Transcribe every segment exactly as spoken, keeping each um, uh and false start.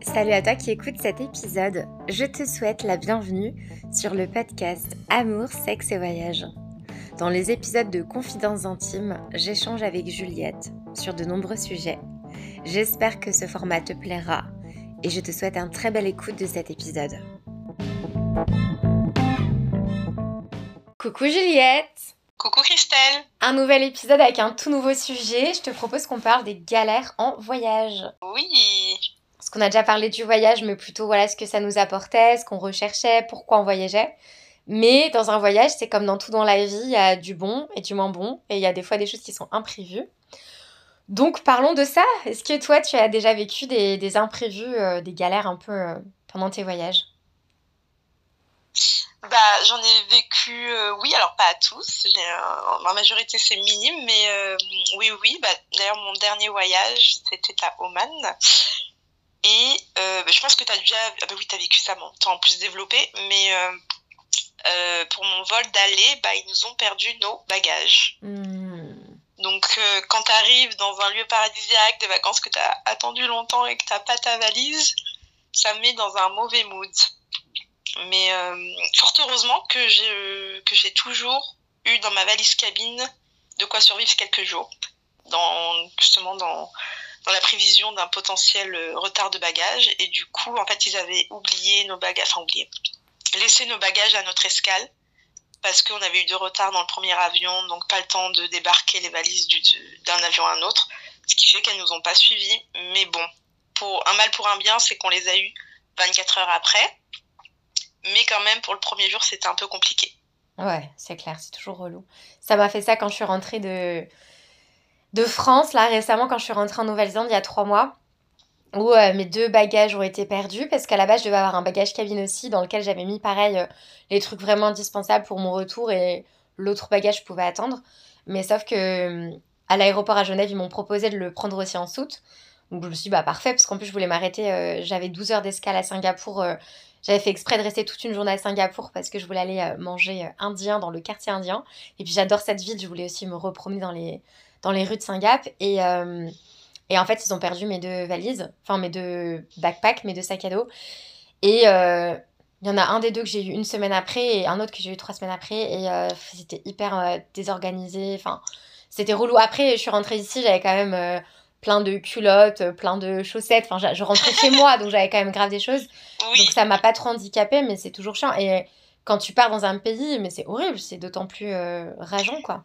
Salut à toi qui écoutes cet épisode, je te souhaite la bienvenue sur le podcast Amour, sexe et voyage. Dans les épisodes de Confidences intimes, j'échange avec Juliette sur de nombreux sujets. J'espère que ce format te plaira et je te souhaite un très bel écoute de cet épisode. Coucou Juliette! Coucou Christelle! Un nouvel épisode avec un tout nouveau sujet. Je te propose qu'on parle des galères en voyage. Oui! Parce qu'on a déjà parlé du voyage, mais plutôt voilà ce que ça nous apportait, ce qu'on recherchait, pourquoi on voyageait. Mais dans un voyage, c'est comme dans tout dans la vie, il y a du bon et du moins bon. Et il y a des fois des choses qui sont imprévues. Donc parlons de ça. Est-ce que toi, tu as déjà vécu des, des imprévus, euh, des galères un peu euh, pendant tes voyages? Bah, j'en ai vécu, euh, oui, alors pas à tous, j'ai, euh, en majorité c'est minime, mais euh, oui, oui, bah, d'ailleurs mon dernier voyage, c'était à Oman, et euh, bah, je pense que t'as déjà, ah bah oui, t'as vécu ça, bon, t'as en plus développé, mais euh, euh, pour mon vol d'aller, bah, ils nous ont perdu nos bagages. Mmh. Donc euh, quand t'arrives dans un lieu paradisiaque, des vacances que t'as attendu longtemps et que t'as pas ta valise, ça me met dans un mauvais mood. Mais euh, fort heureusement que j'ai, que j'ai toujours eu dans ma valise cabine de quoi survivre quelques jours, dans, justement dans, dans la prévision d'un potentiel retard de bagages. Et du coup, en fait, ils avaient oublié nos bagages, enfin oublié, laissé nos bagages à notre escale parce qu'on avait eu de retard dans le premier avion, donc pas le temps de débarquer les valises du, d'un avion à un autre, ce qui fait qu'elles nous ont pas suivis. Mais bon, pour un mal pour un bien, c'est qu'on les a eues vingt-quatre heures après. Mais quand même, pour le premier jour, c'était un peu compliqué. Ouais, c'est clair, c'est toujours relou. Ça m'a fait ça quand je suis rentrée de, de France, là, récemment, quand je suis rentrée en Nouvelle-Zélande, il y a trois mois, où euh, mes deux bagages ont été perdus, parce qu'à la base, je devais avoir un bagage cabine aussi, dans lequel j'avais mis, pareil, euh, les trucs vraiment indispensables pour mon retour, et l'autre bagage pouvait attendre. Mais sauf que euh, à l'aéroport à Genève, ils m'ont proposé de le prendre aussi en soute. Donc je me suis dit, bah parfait, parce qu'en plus, je voulais m'arrêter, euh, j'avais douze heures d'escale à Singapour, euh, j'avais fait exprès de rester toute une journée à Singapour parce que je voulais aller euh, manger euh, indien dans le quartier indien. Et puis j'adore cette ville, je voulais aussi me repromener dans les, dans les rues de Singap. Et, euh, et en fait, ils ont perdu mes deux valises, enfin mes deux backpacks, mes deux sacs à dos. Et euh, il y en a un des deux que j'ai eu une semaine après et un autre que j'ai eu trois semaines après. Et euh, c'était hyper euh, désorganisé. Enfin, c'était relou. Après, je suis rentrée ici, j'avais quand même euh, plein de culottes, euh, plein de chaussettes. Enfin, je rentrais chez moi, donc j'avais quand même grave des choses. Oui. Donc ça m'a pas trop handicapée, mais c'est toujours chiant. Et quand tu pars dans un pays, mais c'est horrible, c'est d'autant plus euh, rageant, quoi.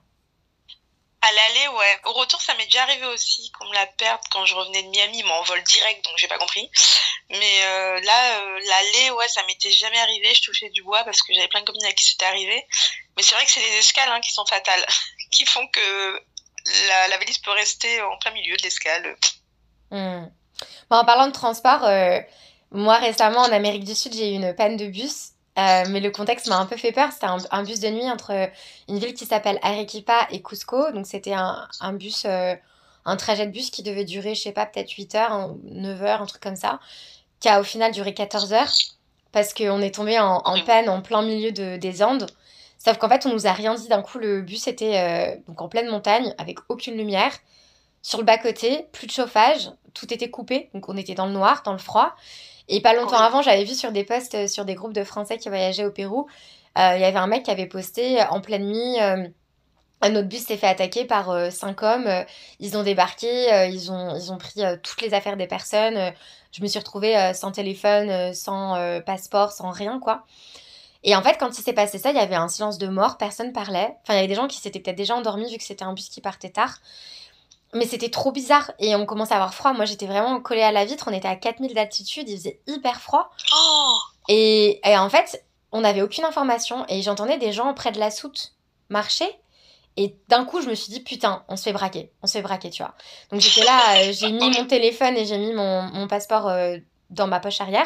À l'aller, ouais. Au retour, ça m'est déjà arrivé aussi qu'on me la perde quand je revenais de Miami, mais en vol direct, donc j'ai pas compris. Mais euh, là, euh, l'aller, ouais, ça m'était jamais arrivé. Je touchais du bois parce que j'avais plein de copines à qui c'était arrivé. Mais c'est vrai que c'est les escales hein, qui sont fatales, qui font que la, la valise peut rester en plein milieu de l'escale. Hmm. Bon, en parlant de transport, euh, moi récemment en Amérique du Sud, j'ai eu une panne de bus. Euh, mais le contexte m'a un peu fait peur. C'était un, un bus de nuit entre une ville qui s'appelle Arequipa et Cusco. Donc c'était un, un bus, euh, un trajet de bus qui devait durer, je sais pas, peut-être huit heures, neuf heures, un truc comme ça, qui a au final duré quatorze heures parce qu'on est tombé en, en panne en plein milieu de, des Andes. Sauf qu'en fait, on nous a rien dit. D'un coup, le bus était euh, donc en pleine montagne avec aucune lumière. Sur le bas-côté, plus de chauffage, tout était coupé, donc on était dans le noir, dans le froid. Et pas longtemps Oui. avant, j'avais vu sur des posts, euh, sur des groupes de Français qui voyageaient au Pérou, euh, il y avait un mec qui avait posté euh, en pleine nuit, euh, un autre bus s'est fait attaquer par euh, cinq hommes, euh, ils ont débarqué, euh, ils, ont, ils ont pris euh, toutes les affaires des personnes, euh, je me suis retrouvée euh, sans téléphone, euh, sans euh, passeport, sans rien, quoi. Et en fait, quand il s'est passé ça, il y avait un silence de mort, personne parlait. Enfin, il y avait des gens qui s'étaient peut-être déjà endormis vu que c'était un bus qui partait tard. Mais c'était trop bizarre et on commençait à avoir froid. Moi, j'étais vraiment collée à la vitre. On était à quatre mille d'altitude, il faisait hyper froid. Oh! Et, et en fait, on n'avait aucune information et j'entendais des gens près de la soute marcher. Et d'un coup, je me suis dit, putain, on se fait braquer. On se fait braquer, tu vois. Donc j'étais là, euh, j'ai mis mon téléphone et j'ai mis mon, mon passeport euh, dans ma poche arrière.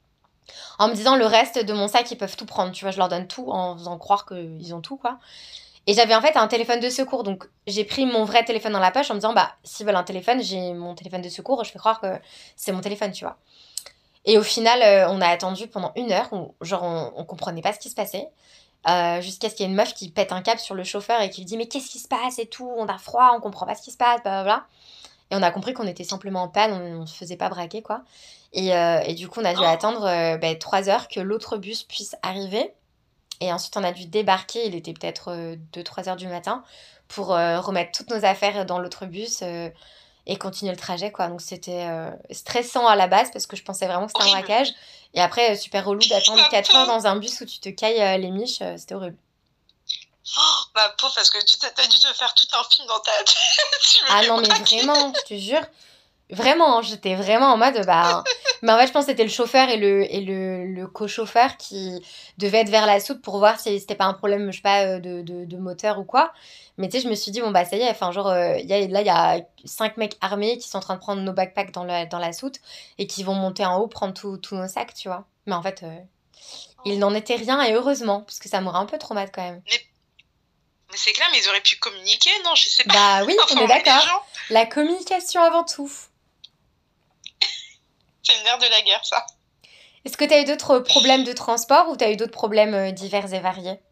En me disant, le reste de mon sac, ils peuvent tout prendre. Tu vois, je leur donne tout en faisant croire qu'ils ont tout, quoi. Et j'avais en fait un téléphone de secours, donc j'ai pris mon vrai téléphone dans la poche en me disant, bah, s'ils veulent un téléphone, j'ai mon téléphone de secours, je fais croire que c'est mon téléphone, tu vois. Et au final, euh, on a attendu pendant une heure, où, genre on, on comprenait pas ce qui se passait, euh, jusqu'à ce qu'il y ait une meuf qui pète un câble sur le chauffeur et qui lui dit, mais qu'est-ce qui se passe et tout, on a froid, on comprend pas ce qui se passe, blablabla. Et on a compris qu'on était simplement en panne, on ne se faisait pas braquer, quoi. Et, euh, et du coup, on a dû Oh, attendre euh, ben, trois heures que l'autre bus puisse arriver. Et ensuite, on a dû débarquer, il était peut-être deux trois heures du matin, pour euh, remettre toutes nos affaires dans l'autre bus euh, et continuer le trajet, quoi. Donc, c'était euh, stressant à la base parce que je pensais vraiment que c'était un horrible. braquage. Et après, euh, super relou d'attendre Ma quatre heures pauvre. dans un bus où tu te cailles euh, les miches, euh, c'était horrible. Oh, ma pauvre, parce que tu t'as t'as dû te faire tout un film dans ta tête. Tu me Ah fais non, mais braquer. vraiment, je te jure. Vraiment, hein, j'étais vraiment en mode, bah... Mais en fait, je pense que c'était le chauffeur et le, et le, le co-chauffeur qui devaient être vers la soute pour voir si c'était pas un problème, je sais pas, euh, de, de, de moteur ou quoi. Mais tu sais, je me suis dit, bon, bah ça y est, enfin, genre, euh, y a, là, il y a cinq mecs armés qui sont en train de prendre nos backpacks dans la, dans la soute et qui vont monter en haut, prendre tous tous nos sacs, tu vois. Mais en fait, euh, il Oh. n'en était rien, et heureusement, parce que ça m'aurait un peu traumatisé quand même. Mais, mais c'est clair, mais ils auraient pu communiquer, non? Je sais pas. Bah oui, on est Informer les d'accord. gens. La communication avant tout. C'est le nerf de la guerre, ça. Est-ce que tu as eu d'autres problèmes de transport ou tu as eu d'autres problèmes euh, divers et variés?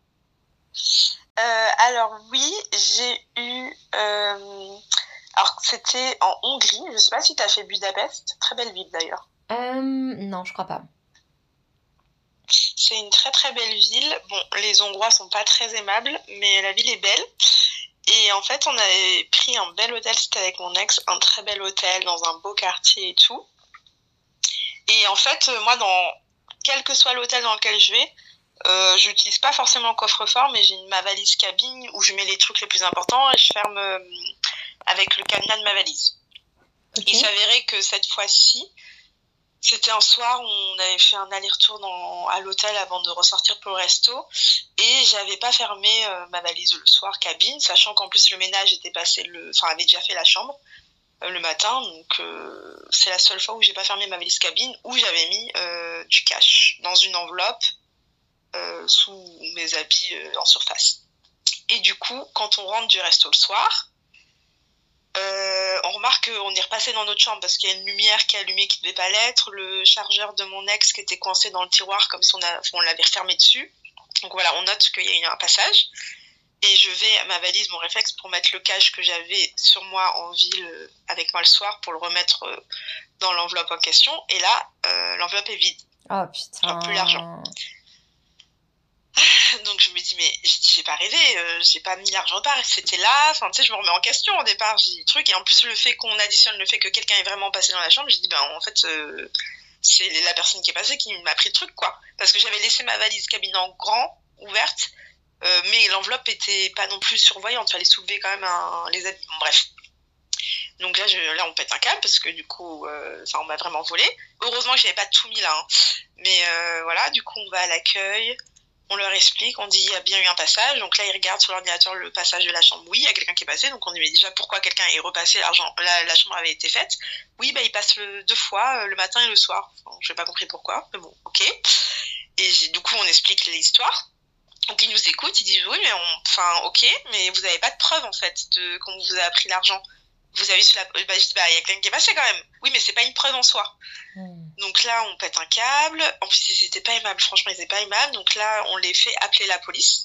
Euh, alors oui, j'ai eu... euh, Alors c'était en Hongrie, je sais pas si t'as fait Budapest, très belle ville d'ailleurs. Euh, non, je crois pas. C'est une très très belle ville. Bon, les Hongrois sont pas très aimables, mais la ville est belle. Et en fait, on avait pris un bel hôtel, c'était avec mon ex, un très bel hôtel dans un beau quartier et tout. Et en fait, euh, moi, dans quel que soit l'hôtel dans lequel je vais, euh, j'utilise pas forcément le coffre-fort, mais j'ai ma valise cabine où je mets les trucs les plus importants et je ferme euh, avec le cadenas de ma valise. Ok. Il s'avérait que cette fois-ci, c'était un soir où on avait fait un aller-retour dans, à l'hôtel avant de ressortir pour le resto et j'avais pas fermé euh, ma valise le soir cabine, sachant qu'en plus le ménage était passé le, enfin avait déjà fait la chambre euh, le matin, donc euh, c'est la seule fois où j'ai pas fermé ma valise cabine où j'avais mis euh, du cash dans une enveloppe euh, sous mes habits euh, en surface. Et du coup, quand on rentre du resto le soir, Euh, on remarque qu'on est repassé dans notre chambre parce qu'il y a une lumière qui est allumée qui ne devait pas l'être, le chargeur de mon ex qui était coincé dans le tiroir comme si on, a, on l'avait refermé dessus. Donc voilà, on note qu'il y a eu un passage. Et je vais à ma valise, mon réflexe, pour mettre le cash que j'avais sur moi en ville avec moi le soir pour le remettre dans l'enveloppe en question. Et là, euh, l'enveloppe est vide. Oh Donc plus l'argent. putain. Donc je me dis, mais j'ai pas rêvé, euh, j'ai pas mis l'argent de part, c'était là, enfin tu sais, je me remets en question au départ, j'ai dit truc, et en plus le fait qu'on additionne le fait que quelqu'un est vraiment passé dans la chambre, j'ai dit, ben en fait, euh, c'est la personne qui est passée qui m'a pris le truc, quoi. Parce que j'avais laissé ma valise cabine en grand, ouverte, euh, mais l'enveloppe était pas non plus survoyante, fallait soulever quand même un, les habits, bon, bref. Donc là, je, là, on pète un câble parce que du coup, euh, on m'a vraiment volé. Heureusement que j'avais pas tout mis là, hein. Mais euh, voilà, du coup, on va à l'accueil. On leur explique, on dit il y a bien eu un passage. Donc là, ils regardent sur l'ordinateur le passage de la chambre. Oui, il y a quelqu'un qui est passé. Donc on dit mais déjà pourquoi quelqu'un est repassé, l'argent, la, la chambre avait été faite. Oui, bah il passe le, deux fois, euh, le matin et le soir. Enfin, je n'ai pas compris pourquoi, mais bon, ok. Et du coup, on explique l'histoire. Donc ils nous écoutent, ils disent oui, mais on, enfin ok, mais vous n'avez pas de preuve en fait de qu'on vous a pris l'argent. Vous avez sur la, bah, je dis bah il y a quelqu'un qui est passé quand même. Oui, mais c'est pas une preuve en soi. Hmm. Donc là, on pète un câble. En plus, ils étaient pas aimables. Franchement, ils étaient pas aimables. Donc là, on les fait appeler la police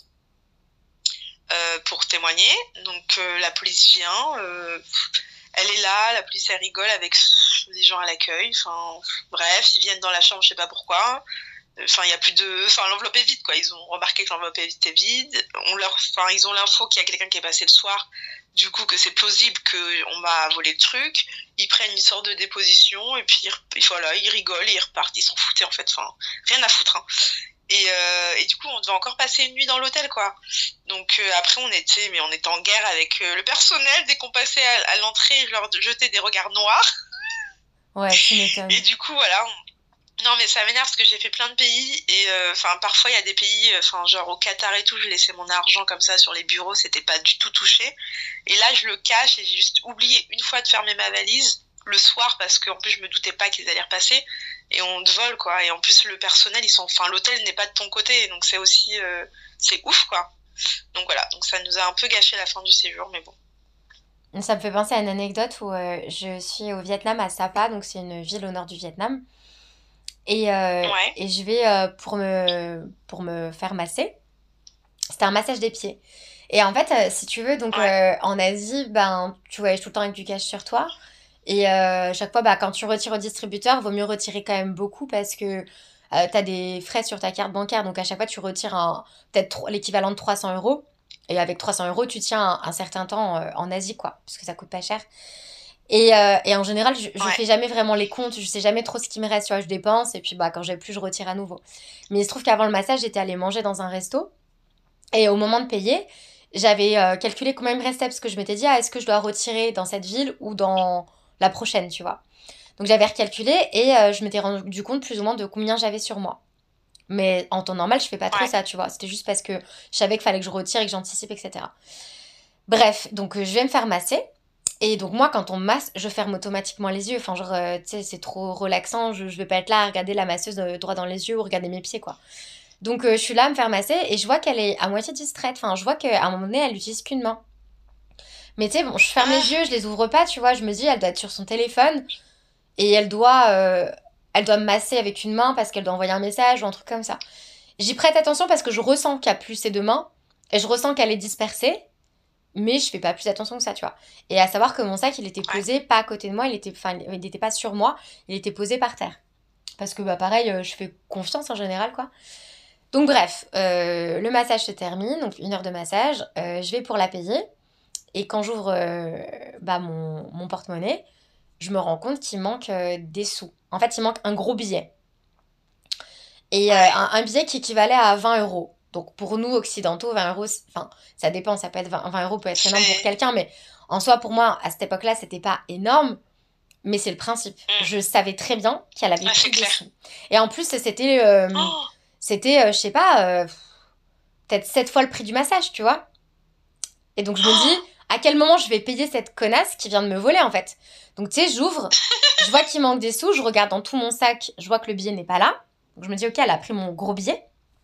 euh, pour témoigner. Donc euh, la police vient. Euh, elle est là. La police, elle rigole avec les gens à l'accueil. Enfin, bref, ils viennent dans la chambre, je sais pas pourquoi. Enfin, il y a plus de, enfin, l'enveloppe est vide, quoi. Ils ont remarqué que l'enveloppe était vide. On leur, enfin, ils ont l'info qu'il y a quelqu'un qui est passé le soir. Du coup, que c'est plausible qu'on m'a volé le truc. Ils prennent une sorte de déposition et puis voilà, ils rigolent, ils repartent, ils s'en foutaient en fait. Enfin, rien à foutre, hein. Et, euh, et du coup, on devait encore passer une nuit dans l'hôtel, quoi. Donc euh, après, on était, mais on était en guerre avec euh, le personnel. Dès qu'on passait à, à l'entrée, je leur jetais des regards noirs. Ouais, tu Et m'étonnes. du coup, voilà, non, mais ça m'énerve parce que j'ai fait plein de pays et enfin euh, parfois il y a des pays, enfin euh, genre au Qatar et tout, je laissais mon argent comme ça sur les bureaux, c'était pas du tout touché. Et là je le cache et j'ai juste oublié une fois de fermer ma valise le soir parce qu'en plus je me doutais pas qu'ils allaient repasser et on te vole quoi. Et en plus le personnel, ils sont, enfin l'hôtel n'est pas de ton côté donc c'est aussi, euh, c'est ouf quoi. Donc voilà, donc ça nous a un peu gâché la fin du séjour, mais bon. Ça me fait penser à une anecdote où euh, je suis au Vietnam à Sapa, donc c'est une ville au nord du Vietnam. Et, euh, Ouais, et je vais euh, pour me, pour me faire masser. C'était un massage des pieds. Et en fait, euh, si tu veux, donc Ouais. euh, en Asie, ben, tu voyages tout le temps avec du cash sur toi. Et euh, chaque fois, bah, quand tu retires au distributeur, vaut mieux retirer quand même beaucoup parce que euh, tu as des frais sur ta carte bancaire. Donc à chaque fois, tu retires un- peut-être tro- l'équivalent de trois cents euros. Et avec trois cents euros, tu tiens un, un certain temps euh, en Asie, quoi, parce que ça coûte pas cher. Et, euh, et en général, je, je Ouais. fais jamais vraiment les comptes, je sais jamais trop ce qui me reste, tu vois, je dépense et puis bah quand j'ai plus, je retire à nouveau. Mais il se trouve qu'avant le massage, j'étais allée manger dans un resto et au moment de payer, j'avais euh, calculé combien il me restait parce que je m'étais dit, ah, est-ce que je dois retirer dans cette ville ou dans la prochaine, tu vois. Donc j'avais recalculé et euh, je m'étais rendu compte plus ou moins de combien j'avais sur moi. Mais en temps normal, je fais pas trop Ouais. ça, tu vois. C'était juste parce que je savais qu'il fallait que je retire et que j'anticipe, et cetera. Bref, donc euh, je vais me faire masser. Et donc moi, quand on me masse, je ferme automatiquement les yeux. Enfin, genre, euh, tu sais, c'est trop relaxant. Je, je vais pas être là à regarder la masseuse euh, droit dans les yeux ou regarder mes pieds, quoi. Donc euh, je suis là à me faire masser et je vois qu'elle est à moitié distraite. Enfin, je vois qu'à un moment donné, elle utilise qu'une main. Mais tu sais, bon, je ferme les yeux, Ah, je les ouvre pas, tu vois. Je me dis, elle doit être sur son téléphone et elle doit, euh, elle doit me masser avec une main parce qu'elle doit envoyer un message ou un truc comme ça. J'y prête attention parce que je ressens qu'il n'y a plus ses deux mains et je ressens qu'elle est dispersée. Mais je fais pas plus attention que ça, tu vois. Et à savoir que mon sac, il était ouais. posé pas à côté de moi, il était, enfin, il était pas sur moi, il était posé par terre. Parce que, bah, pareil, euh, je fais confiance en général, quoi. Donc, bref, euh, le massage se termine, donc une heure de massage. Euh, je vais pour la payer. Et quand j'ouvre euh, bah, mon, mon porte-monnaie, je me rends compte qu'il manque euh, des sous. En fait, il manque un gros billet. Et euh, Ouais. un, un billet qui équivalait à vingt euros. Donc pour nous, occidentaux, vingt euros, c'est- enfin, ça dépend, ça peut être vingt, vingt euros peut être énorme pour C'est. quelqu'un, mais en soi, pour moi, à cette époque-là, c'était pas énorme, mais c'est le principe. Hmm. Je savais très bien qu'elle avait Ouais, pris c'est des clair. sous. Et en plus, c'était, euh, Oh, c'était, euh, je sais pas, euh, peut-être sept fois le prix du massage, tu vois. Et donc je me dis, oh, à quel moment je vais payer cette connasse qui vient de me voler, en fait. Donc tu sais, j'ouvre, je vois qu'il manque des sous, je regarde dans tout mon sac, je vois que le billet n'est pas là. Donc je me dis, ok, elle a pris mon gros billet.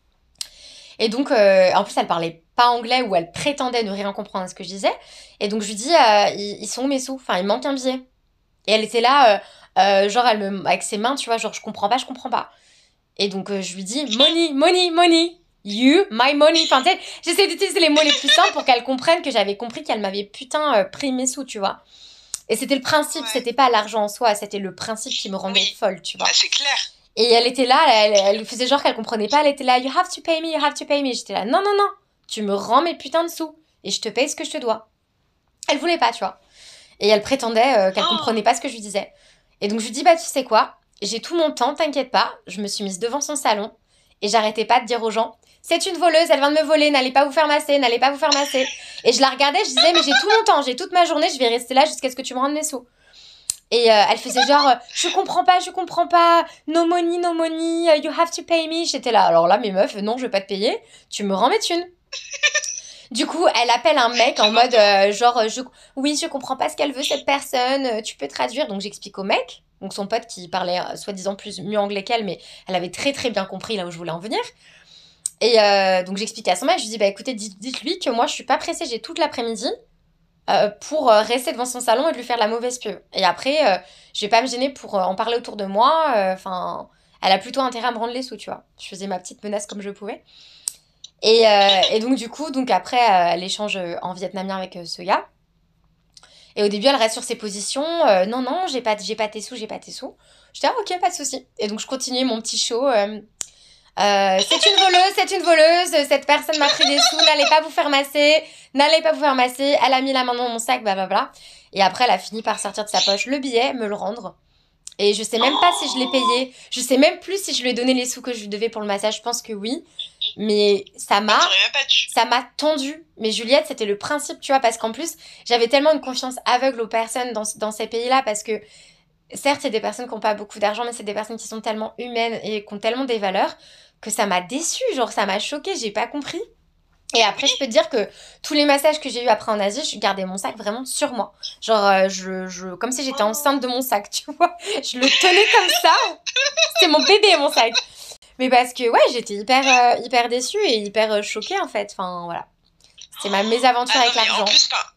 Et donc, euh, en plus, elle parlait pas anglais ou elle prétendait ne rien comprendre à ce que je disais. Et donc, je lui dis, euh, ils, ils sont où mes sous? Enfin, il manque un billet. Et elle était là, euh, euh, genre, elle me, avec ses mains, tu vois, genre, je comprends pas, je comprends pas. Et donc, euh, je lui dis, money, money, money. You, my money. Enfin, tu sais, j'essaie d'utiliser les mots les plus simples pour qu'elle comprenne que j'avais compris qu'elle m'avait putain euh, pris mes sous, tu vois. Et c'était le principe, ouais. c'était pas l'argent en soi, c'était le principe qui me rendait Oui, folle, tu bah, vois. c'est clair. Et elle était là, elle, elle faisait genre qu'elle comprenait pas, elle était là, you have to pay me, you have to pay me. J'étais là, non, non, non, tu me rends mes putains de sous et je te paye ce que je te dois. Elle voulait pas, tu vois. Et elle prétendait euh, qu'elle Oh, comprenait pas ce que je lui disais. Et donc je lui dis, bah tu sais quoi, j'ai tout mon temps, t'inquiète pas. Je me suis mise devant son salon et j'arrêtais pas de dire aux gens, c'est une voleuse, elle vient de me voler, n'allez pas vous faire masser, n'allez pas vous faire masser. Et je la regardais, je disais, mais j'ai tout mon temps, j'ai toute ma journée, je vais rester là jusqu'à ce que tu me rendes mes sous. Et euh, elle faisait genre, euh, je comprends pas, je comprends pas, no money, no money, uh, you have to pay me. J'étais là, alors là, mes meufs, non, je vais pas te payer, tu me rends mes thunes. Du coup, elle appelle un mec en mode, j'adore. euh, genre, euh, je, oui, je comprends pas ce qu'elle veut, cette personne, euh, tu peux traduire. Donc j'explique au mec, donc son pote qui parlait euh, soi-disant plus mieux anglais qu'elle, mais elle avait très très bien compris là où je voulais en venir. Et euh, donc j'explique à son mec, je lui dis, bah écoutez, dites- dites-lui que moi je suis pas pressée, j'ai toute l'après-midi euh, pour euh, rester devant son salon et de lui faire de la mauvaise pub. Et après, euh, je vais pas me gêner pour euh, en parler autour de moi. Enfin, elle a plutôt intérêt à me rendre les sous, tu vois. Je faisais ma petite menace comme je pouvais. Et, euh, et donc, du coup, donc après euh, l'échange euh, en vietnamien avec euh, ce gars. Et au début, elle reste sur ses positions. euh, non, non, j'ai pas, j'ai pas tes sous, j'ai pas tes sous. Je dis, ah, ok, pas de souci. Et donc, je continuais mon petit show. euh, euh, c'est une voleuse, c'est une voleuse, cette personne m'a pris des sous, n'allez pas vous faire masser, n'allez pas vous faire masser, elle a mis la main dans mon sac, blablabla. Et après, elle a fini par sortir de sa poche le billet, me le rendre. Et je sais même pas si je l'ai Oh, payé, je sais même plus si je lui ai donné les sous que je lui devais pour le massage, je pense que oui. Mais ça bah, m'a, t'aurais même pas dû. ça m'a tendu. Mais Juliette, c'était le principe, tu vois, parce qu'en plus, j'avais tellement une confiance aveugle aux personnes dans, dans ces pays-là, parce que certes, c'est des personnes qui n'ont pas beaucoup d'argent, mais c'est des personnes qui sont tellement humaines et qui ont tellement des valeurs que ça m'a déçue, genre ça m'a choquée, j'ai pas compris. Et Mais après, oui, je peux te dire que tous les massages que j'ai eu après en Asie, je gardais mon sac vraiment sur moi. Genre, euh, je, je, comme si j'étais oh, enceinte de mon sac, tu vois. Je le tenais comme ça. C'était mon bébé, mon sac. Mais parce que, ouais, j'étais hyper, euh, hyper déçue et hyper euh, choquée, en fait. Enfin, voilà. C'était ma oh. mésaventure Ah non, avec mais en l'argent. plus, enfin,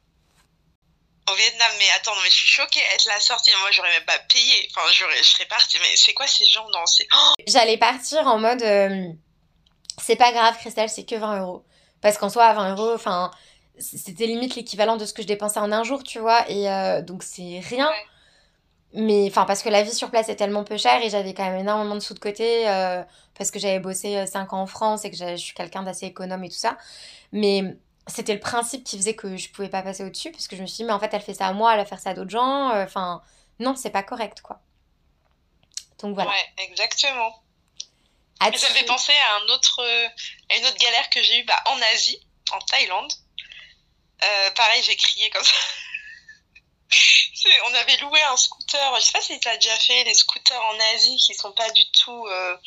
au Vietnam, mais attends, non, mais je suis choquée. Être la sortie, moi, j'aurais même pas payé. Enfin, j'aurais, je serais partie. Mais c'est quoi ces gens dans ces. Oh, J'allais partir en mode, euh, c'est pas grave, Christelle, c'est que vingt euros. Parce qu'en soi, à vingt euros, enfin, c'était limite l'équivalent de ce que je dépensais en un jour, tu vois. Et euh, donc, c'est rien. Ouais. Mais enfin, parce que la vie sur place est tellement peu chère et j'avais quand même énormément de sous de côté euh, parce que j'avais bossé cinq ans en France et que je suis quelqu'un d'assez économe et tout ça. Mais c'était le principe qui faisait que je pouvais pas passer au-dessus parce que je me suis dit, mais en fait, elle fait ça à moi, elle va faire ça à d'autres gens. euh, Enfin, non, c'est pas correct, quoi. Donc voilà. Ouais, exactement. Et ça me fait As-tu. penser à un autre, euh, à une autre galère que j'ai eue bah, en Asie, en Thaïlande. Euh, pareil, j'ai crié comme ça. C'est- On avait loué un scooter. Je sais pas si tu as déjà fait les scooters en Asie qui sont pas du tout euh,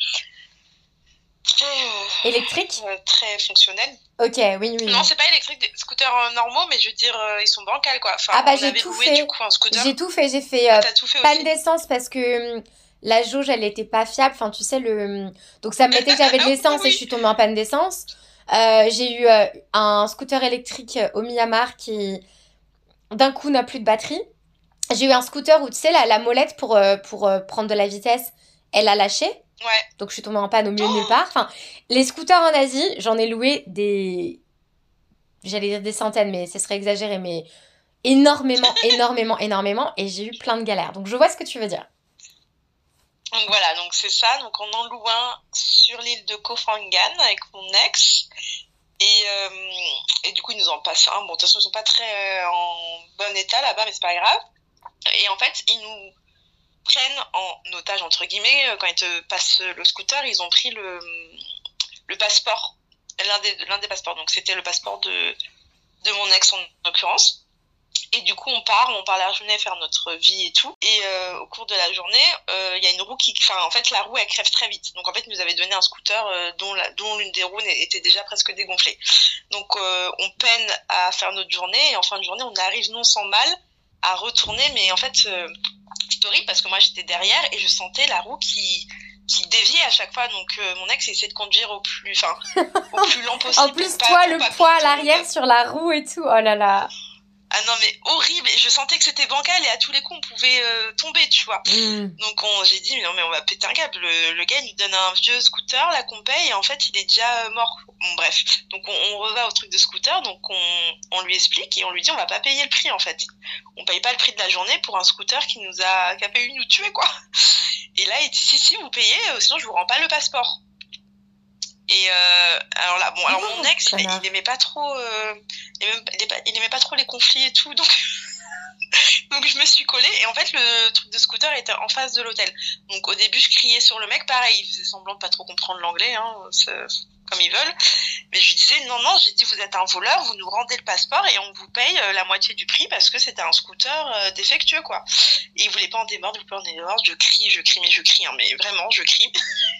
très, Électrique? euh, euh, très fonctionnels. Ok, oui, oui, Non, oui. c'est pas électrique, des scooters euh, normaux, mais je veux dire, euh, ils sont bancals quoi. Enfin, Ah bah on j'ai avait tout loué du fait. coup un J'ai scooter. tout fait. J'ai fait Ah, euh, t'as tout fait panne aussi? d'essence parce que hum, la jauge, elle était pas fiable. Enfin, tu sais, le... hum, donc ça me mettait que j'avais de l'essence et je Oui. suis tombée en panne d'essence. Euh, j'ai eu euh, un scooter électrique euh, au Myanmar qui, d'un coup, n'a plus de batterie. J'ai eu un scooter où, tu sais, la, la molette pour, euh, pour euh, prendre de la vitesse, elle a lâché. Ouais. Donc je suis tombée en panne au milieu de nulle Oh, part. Enfin, les scooters en Asie, j'en ai loué des... J'allais dire des centaines, mais ce serait exagéré, mais énormément, énormément, énormément, et j'ai eu plein de galères. Donc je vois ce que tu veux dire. donc voilà, donc c'est ça. Donc on en loue un sur l'île de Koh Phangan avec mon ex. Et, euh, et du coup, ils nous en passent un. Bon, de toute façon, ils sont pas très euh, en bon état là-bas, mais c'est pas grave. Et en fait, ils nous prennent en otage, entre guillemets, euh, quand ils te passent le scooter, ils ont pris le, le passeport, l'un des, l'un des passeports. Donc c'était le passeport de, de mon ex en l'occurrence. Et du coup, on part, on part la journée faire notre vie et tout. Et euh, au cours de la journée, il euh, y a une roue qui... Enfin, en fait, la roue, elle crève très vite. Donc, en fait, ils nous avaient donné un scooter euh, dont, la, dont l'une des roues était déjà presque dégonflée. Donc, euh, on peine à faire notre journée. Et en fin de journée, on arrive non sans mal à retourner. Mais en fait, euh, c'est horrible parce que moi, j'étais derrière et je sentais la roue qui qui déviait à chaque fois. Donc, euh, mon ex essayait de conduire au plus, enfin, au plus lent possible. En plus, pour pas, toi, pour le pas poids qu'on à tombe. l'arrière sur la roue et tout. Oh là là. Ah non mais horrible, et je sentais que c'était bancal et à tous les coups on pouvait euh, tomber, tu vois. Mm. Donc on, j'ai dit mais non mais on va péter un câble, le, le gars il nous donne un vieux scooter là qu'on paye et en fait il est déjà euh, mort. Bon bref, donc on, on reva au truc de scooter, donc on, on lui explique et on lui dit on va pas payer le prix en fait. On paye pas le prix de la journée pour un scooter qui nous a, qui a failli nous tuer quoi. Et là il dit si si vous payez, euh, sinon je vous rends pas le passeport. Et euh, alors là, bon, alors mon ex, il, il aimait pas trop, euh, il, aimait, il, aimait, il aimait pas trop les conflits et tout, donc donc je me suis collée. Et en fait, le truc de scooter était en face de l'hôtel. Donc au début, je criais sur le mec, pareil, il faisait semblant de pas trop comprendre l'anglais, hein, comme ils veulent. Mais je lui disais non, non, j'ai dit vous êtes un voleur, vous nous rendez le passeport et on vous paye euh, la moitié du prix parce que c'était un scooter euh, défectueux, quoi. Et il voulait pas en démordre, il voulait pas en démordre. Je crie, je crie, mais je crie, hein, mais vraiment, je crie.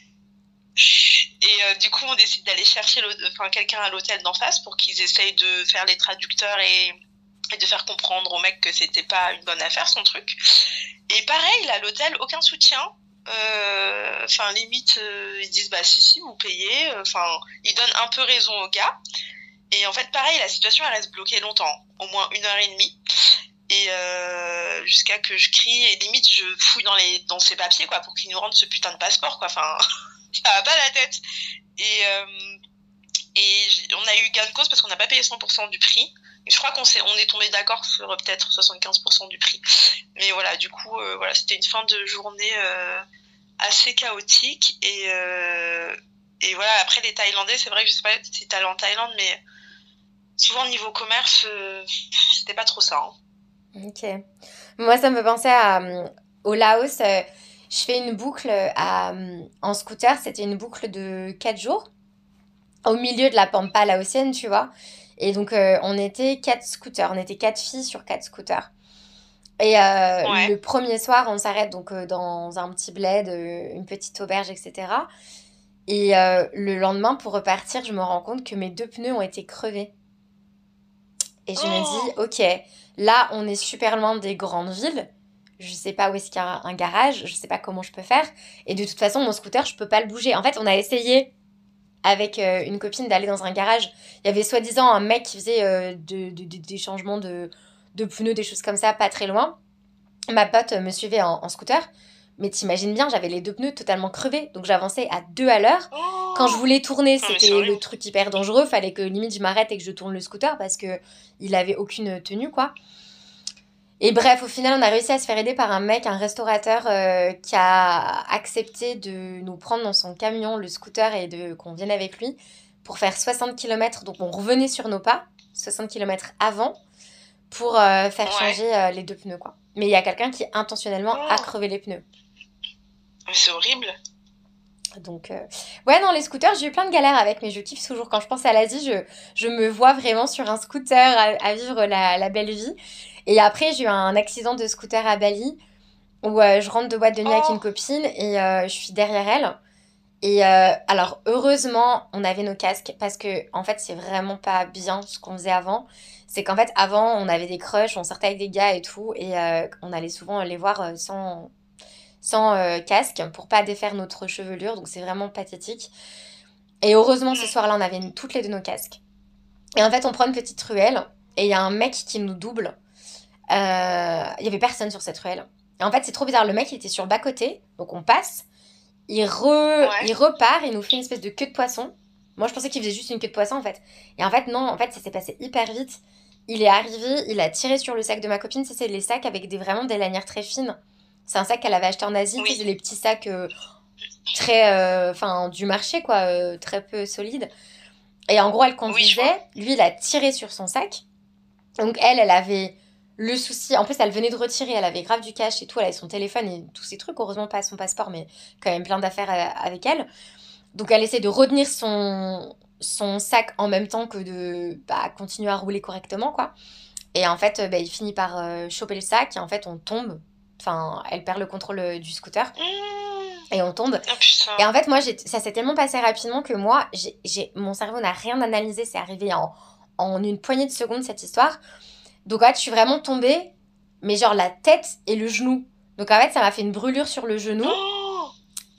Et euh, du coup, on décide d'aller chercher enfin, quelqu'un à l'hôtel d'en face pour qu'ils essayent de faire les traducteurs et, et de faire comprendre au mec que c'était pas une bonne affaire, son truc. Et pareil, à l'hôtel, aucun soutien. Enfin, euh, limite, euh, ils disent, bah si, si, vous payez. Enfin, ils donnent un peu raison au gars. Et en fait, pareil, la situation, elle reste bloquée longtemps, au moins une heure et demie. Et euh, jusqu'à que je crie, et limite, je fouille dans, les, dans ses papiers, quoi, pour qu'ils nous rendent ce putain de passeport, quoi. Enfin... ça va pas la tête. Et, euh, et on a eu gain de cause parce qu'on n'a pas payé cent pour cent du prix. Et je crois qu'on s'est, on est tombé d'accord sur peut-être soixante-quinze pour cent du prix. Mais voilà, du coup, euh, voilà, c'était une fin de journée euh, assez chaotique. Et, euh, et voilà, après les Thaïlandais, c'est vrai que je sais pas si t'es allé en Thaïlande, mais souvent niveau commerce, euh, c'était pas trop ça. Hein. Ok. Moi, ça me fait penser à, euh, au Laos. euh, je fais une boucle à, euh, en scooter. C'était une boucle de quatre jours au milieu de la pampa laotienne, tu vois. Et donc, euh, on était quatre scooters. On était quatre filles sur quatre scooters. Et euh, Ouais. le premier soir, on s'arrête donc euh, dans un petit bled, euh, une petite auberge, et cetera. Et euh, le lendemain, pour repartir, je me rends compte que mes deux pneus ont été crevés. Et je me dis, Oh, ok, là, on est super loin des grandes villes. Je sais pas où est-ce qu'il y a un garage, je sais pas comment je peux faire. Et de toute façon, mon scooter, je peux pas le bouger. En fait, on a essayé avec euh, une copine d'aller dans un garage. Il y avait soi-disant un mec qui faisait euh, de, de- de- des changements de, de pneus, des choses comme ça, pas très loin. Ma pote me suivait en, en scooter. Mais t'imagines bien, j'avais les deux pneus totalement crevés, donc j'avançais à deux à l'heure. Quand je Oh voulais tourner, non, mais c'était c'est le horrible. truc hyper dangereux, fallait que limite je m'arrête et que je tourne le scooter parce que il avait aucune tenue, quoi. Et bref, au final, on a réussi à se faire aider par un mec, un restaurateur euh, qui a accepté de nous prendre dans son camion, le scooter, et de qu'on vienne avec lui pour faire soixante kilomètres. Donc on revenait sur nos pas, soixante kilomètres avant, pour euh, faire Ouais. changer euh, les deux pneus, quoi. Mais il y a quelqu'un qui intentionnellement a Oh, crevé les pneus. mais c'est horrible. Donc, euh, ouais, non, les scooters, j'ai eu plein de galères avec, mais je kiffe toujours. Quand je pense à l'Asie, je, je me vois vraiment sur un scooter à, à vivre la, la belle vie. Et après, j'ai eu un accident de scooter à Bali où euh, je rentre de boîte de nuit avec une Oh, copine et euh, je suis derrière elle. Et euh, alors, heureusement, on avait nos casques parce que, en fait, c'est vraiment pas bien ce qu'on faisait avant. C'est qu'en fait, avant, on avait des crushs, on sortait avec des gars et tout, et euh, on allait souvent les voir euh, sans, sans euh, casque pour pas défaire notre chevelure, donc c'est vraiment pathétique. Et heureusement, ce hmm. soir-là, on avait une- toutes les deux nos casques. Et en fait, on prend une petite ruelle et il y a un mec qui nous double. Euh, Il y avait personne sur cette ruelle. Et en fait, c'est trop bizarre. Le mec, il était sur le bas-côté, donc on passe. Il, re... Ouais. il repart, il nous fait une espèce de queue de poisson. Moi, je pensais qu'il faisait juste une queue de poisson, en fait. Et en fait, non, en fait, ça s'est passé hyper vite. Il est arrivé, il a tiré sur le sac de ma copine. Ça, c'est les sacs avec des, vraiment des lanières très fines. C'est un sac qu'elle avait acheté en Asie. Tu sais, Oui. c'est les petits sacs euh, très... euh, Enfin, du marché, quoi, euh, très peu solides. Et en gros, elle Oui, je vois. conduisait. Lui, il a tiré sur son sac. Donc, elle, elle avait le souci. En plus, elle venait de retirer. Elle avait grave du cash et tout. Elle avait son téléphone et tous ses trucs. Heureusement, pas son passeport, mais quand même plein d'affaires euh, avec elle. Donc, elle essaie de retenir son, son sac en même temps que de bah, continuer à rouler correctement, quoi. Et en fait, euh, bah, il finit par euh, choper le sac. Et en fait, on tombe. Enfin, elle perd le contrôle euh, du scooter. Hmm. Et on tombe. Oh putain. Et en fait, moi, j'ai- ça s'est tellement passé rapidement que moi, j'ai, j'ai- mon cerveau n'a rien analysé. C'est arrivé en, en une poignée de secondes, cette histoire. Donc, en fait, je suis vraiment tombée, mais genre la tête et le genou. Donc, en fait, ça m'a fait une brûlure sur le genou, Oh,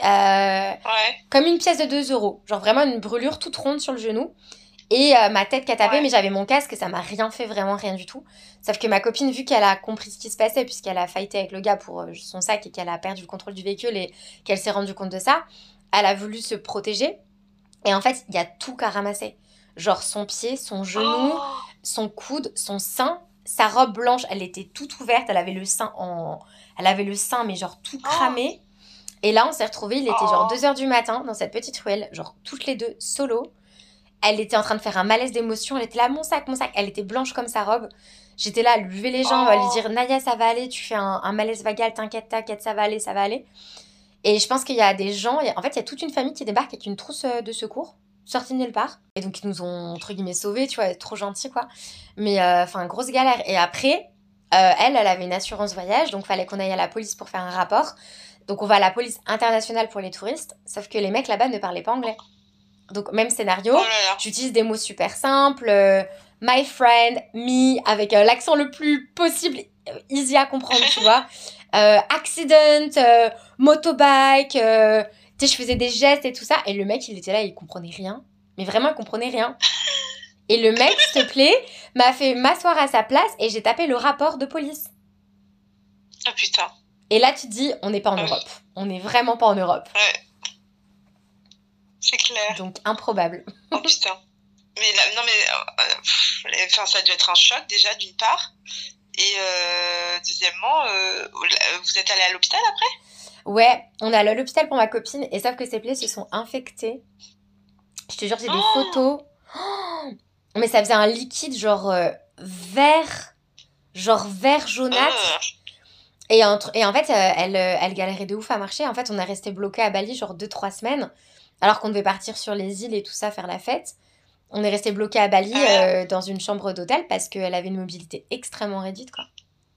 euh, ouais, comme une pièce de deux euros. Genre vraiment une brûlure toute ronde sur le genou. Et euh, ma tête qui a tapé, ouais. mais j'avais mon casque, ça m'a rien fait, vraiment rien du tout. Sauf que ma copine, vu qu'elle a compris ce qui se passait, puisqu'elle a fighté avec le gars pour euh, son sac et qu'elle a perdu le contrôle du véhicule et qu'elle s'est rendue compte de ça, elle a voulu se protéger. Et en fait, il y a tout qu'à ramasser. Genre son pied, son genou, Oh, son coude, son sein, sa robe blanche, elle était toute ouverte, elle avait le sein en... Elle avait le sein, mais genre tout oh, cramé. Et là, on s'est retrouvés, il était genre oh, deux heures du matin dans cette petite ruelle, genre toutes les deux, solo. Elle était en train de faire un malaise d'émotion, elle était là, mon sac, mon sac. Elle était blanche comme sa robe. J'étais là à lui lever les jambes, à lui oh. dire, Naya, ça va aller, tu fais un, un malaise vagal, t'inquiète, t'inquiète, ça va aller, ça va aller. Et je pense qu'il y a des gens, il y a- en fait, il y a toute une famille qui débarque avec une trousse euh, de secours, sortie de nulle part. Et donc, ils nous ont, entre guillemets, sauvés, tu vois, trop gentils, quoi. Mais, euh, enfin, grosse galère. Et après, euh, elle, elle avait une assurance voyage, donc fallait qu'on aille à la police pour faire un rapport. Donc, on va à la police internationale pour les touristes, sauf que les mecs là-bas ne parlaient pas anglais. Donc, même scénario, Oh là là. j'utilise des mots super simples, euh, my friend, me, avec euh, l'accent le plus possible, euh, easy à comprendre, tu vois. Euh, accident, euh, motobike, euh, tu sais, je faisais des gestes et tout ça. Et le mec, il était là, il comprenait rien. Mais vraiment, il comprenait rien. Et le mec, s'il te plaît, m'a fait m'asseoir à sa place et j'ai tapé le rapport de police. Oh putain. Et là, tu te dis, on n'est pas en Ouais, Europe. On n'est vraiment pas en Europe. ouais, c'est clair. Donc, improbable. Oh putain. Mais là, non mais, euh, pff, les- enfin, ça a dû être un choc déjà d'une part. Et euh, deuxièmement, euh, vous êtes allé à l'hôpital après? Ouais, on est allé à l'hôpital pour ma copine et sauf que ses plaies se sont infectées. Je te jure, j'ai des Oh, photos. Oh, mais ça faisait un liquide genre euh, vert, genre vert jaunâtre. euh, Et, entre, et en fait, euh, elle, euh, elle galérait de ouf à marcher. En fait, on est resté bloqué à Bali genre deux trois semaines. Alors qu'on devait partir sur les îles et tout ça, faire la fête. On est resté bloqué à Bali ah merde. euh, dans une chambre d'hôtel parce qu'elle avait une mobilité extrêmement réduite, quoi.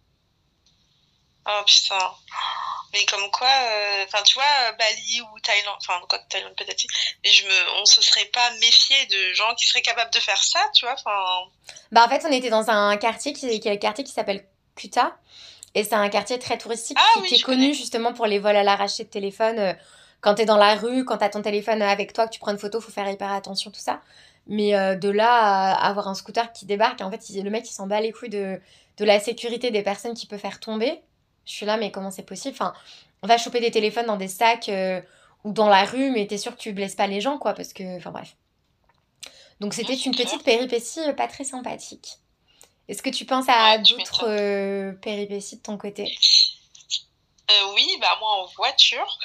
Oh putain. Mais comme quoi, euh, enfin tu vois, Bali ou Thaïlande, enfin quoi que Thaïlande peut-être, si, mais je me, on se serait pas méfié de gens qui seraient capables de faire ça, tu vois, enfin. Bah en fait, on était dans un quartier qui, qui est le quartier qui s'appelle Kuta. Et c'est un quartier très touristique Ah qui, oui, qui est je connais. connu justement pour les vols à l'arraché de téléphone. Euh, quand t'es dans la rue, quand t'as ton téléphone avec toi, que tu prends une photo, faut faire hyper attention, tout ça. Mais euh, de là à avoir un scooter qui débarque, en fait, il- le mec, il s'en bat les couilles de, de la sécurité des personnes qu'il peut faire tomber. Je suis là, mais comment c'est possible? Enfin, on va choper des téléphones dans des sacs euh, ou dans la rue, mais t'es sûr que tu blesses pas les gens, quoi, parce que, enfin bref. Donc Non, c'était c'est une clair. petite péripétie euh, pas très sympathique. Est-ce que tu penses à Ouais, tu d'autres m'étonnes. euh, péripéties de ton côté? Euh, oui, bah moi en voiture,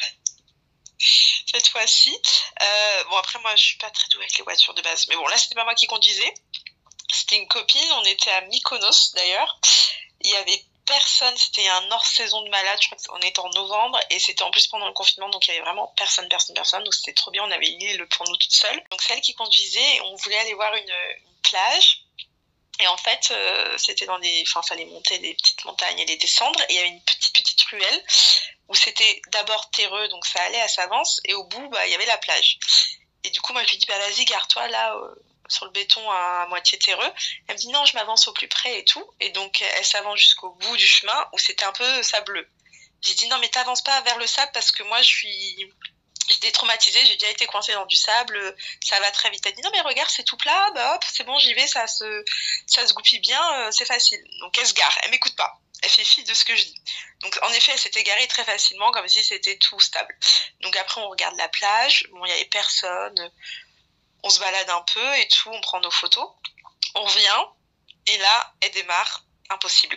cette fois-ci. Euh, bon après moi je suis pas très douée avec les voitures de base, mais bon là c'était pas moi qui conduisais, c'était une copine, on était à Mykonos d'ailleurs. Il y avait personne, c'était un hors-saison de malade, je crois qu'on était en novembre et c'était en plus pendant le confinement, donc il y avait vraiment personne, personne, personne, donc c'était trop bien, on avait l'île pour nous toute seule. Donc c'est elle qui conduisait et on voulait aller voir une, une plage. Et en fait, euh, c'était dans des, enfin, fallait monter des petites montagnes et les descendre. Et il y avait une petite petite ruelle où c'était d'abord terreux, donc ça allait, à s'avance, et au bout, bah, il y avait la plage. Et du coup, moi, je lui dis, bah, vas-y, gare-toi là, euh, sur le béton à, à moitié terreux. Elle me dit, non, je m'avance au plus près et tout. Et donc, elle s'avance jusqu'au bout du chemin où c'était un peu sableux. J'ai dit, non, mais t'avances pas vers le sable parce que moi, je suis, j'étais traumatisée, j'ai déjà été coincée dans du sable, ça va très vite. Elle dit, non, mais regarde, c'est tout plat, bah hop, c'est bon, j'y vais, ça se, ça se goupille bien, euh, c'est facile. Donc, elle se gare, elle m'écoute pas. Elle fait fi de ce que je dis. Donc, en effet, elle s'était garée très facilement, comme si c'était tout stable. Donc, après, on regarde la plage. Bon, il y avait personne. On se balade un peu et tout, on prend nos photos. On revient. Et là, elle démarre. Impossible.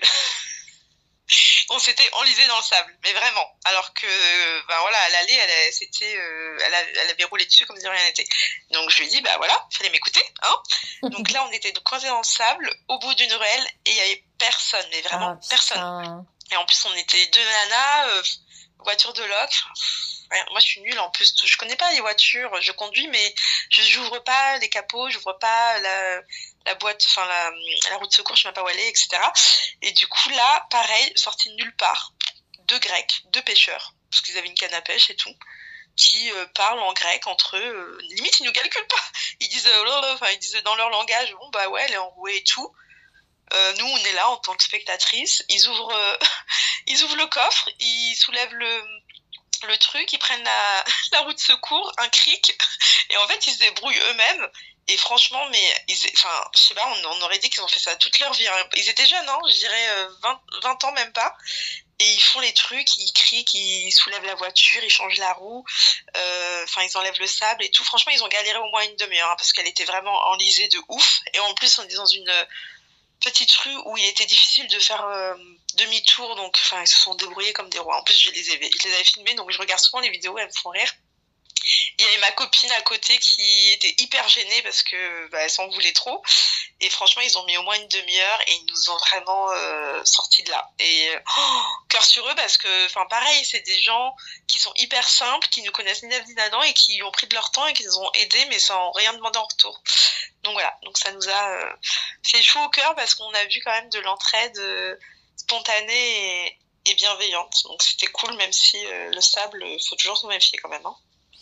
On s'était enlisé dans le sable, mais vraiment. Alors que, ben voilà, à l'aller, elle, c'était, euh, elle, avait, elle avait roulé dessus comme si rien n'était. Donc je lui ai dit, bah voilà, fallait m'écouter, hein. Donc là, on était coincés dans le sable, au bout d'une ruelle, et il y avait personne, mais vraiment Ah personne. putain. Et en plus, on était deux nanas, euh, voiture de loc. Ouais, moi, je suis nulle en plus. Je connais pas les voitures. Je conduis, mais je j'ouvre pas les capots, j'ouvre pas la, la boîte, enfin la, la roue de secours, je sais même pas où elle est, et cetera. Et du coup, là, pareil, sorti de nulle part, deux Grecs, deux pêcheurs, parce qu'ils avaient une canne à pêche et tout, qui euh, parlent en grec entre eux. Euh, limite, ils nous calculent pas. Ils disent, euh, lolo, enfin, ils disent dans leur langage, bon bah ouais, elle est enrouée et tout. Euh, nous, on est là en tant que spectatrice. Ils ouvrent, euh, ils ouvrent le coffre, ils soulèvent le, le truc, ils prennent la, la roue de secours, un cric, et en fait, ils se débrouillent eux-mêmes. Et franchement, mais, ils, enfin, je sais pas, on, on aurait dit qu'ils ont fait ça toute leur vie. Hein. Ils étaient jeunes, hein, je dirais euh, vingt, vingt ans même pas. Et ils font les trucs, ils crient, ils soulèvent la voiture, ils changent la roue, euh, enfin, ils enlèvent le sable et tout. Franchement, ils ont galéré au moins une demi-heure, hein, parce qu'elle était vraiment enlisée de ouf. Et en plus, on est dans une petite rue où il était difficile de faire euh, demi-tour, donc enfin ils se sont débrouillés comme des rois. En plus je les avais, je les avais filmés, donc je regarde souvent les vidéos, elles me font rire. Il y avait ma copine à côté qui était hyper gênée parce que bah, elle s'en voulait trop. Et franchement, ils ont mis au moins une demi-heure et ils nous ont vraiment euh, sortis de là. Et oh, cœur sur eux parce que, enfin pareil, c'est des gens qui sont hyper simples, qui ne connaissent ni Naf ni Nadan et qui ont pris de leur temps et qui nous ont aidés, mais sans rien demander en retour. Donc voilà, donc ça nous a euh, fait chaud au cœur parce qu'on a vu quand même de l'entraide euh, spontanée et, et bienveillante. Donc c'était cool, même si euh, le sable, faut toujours s'en méfier quand même. Hein.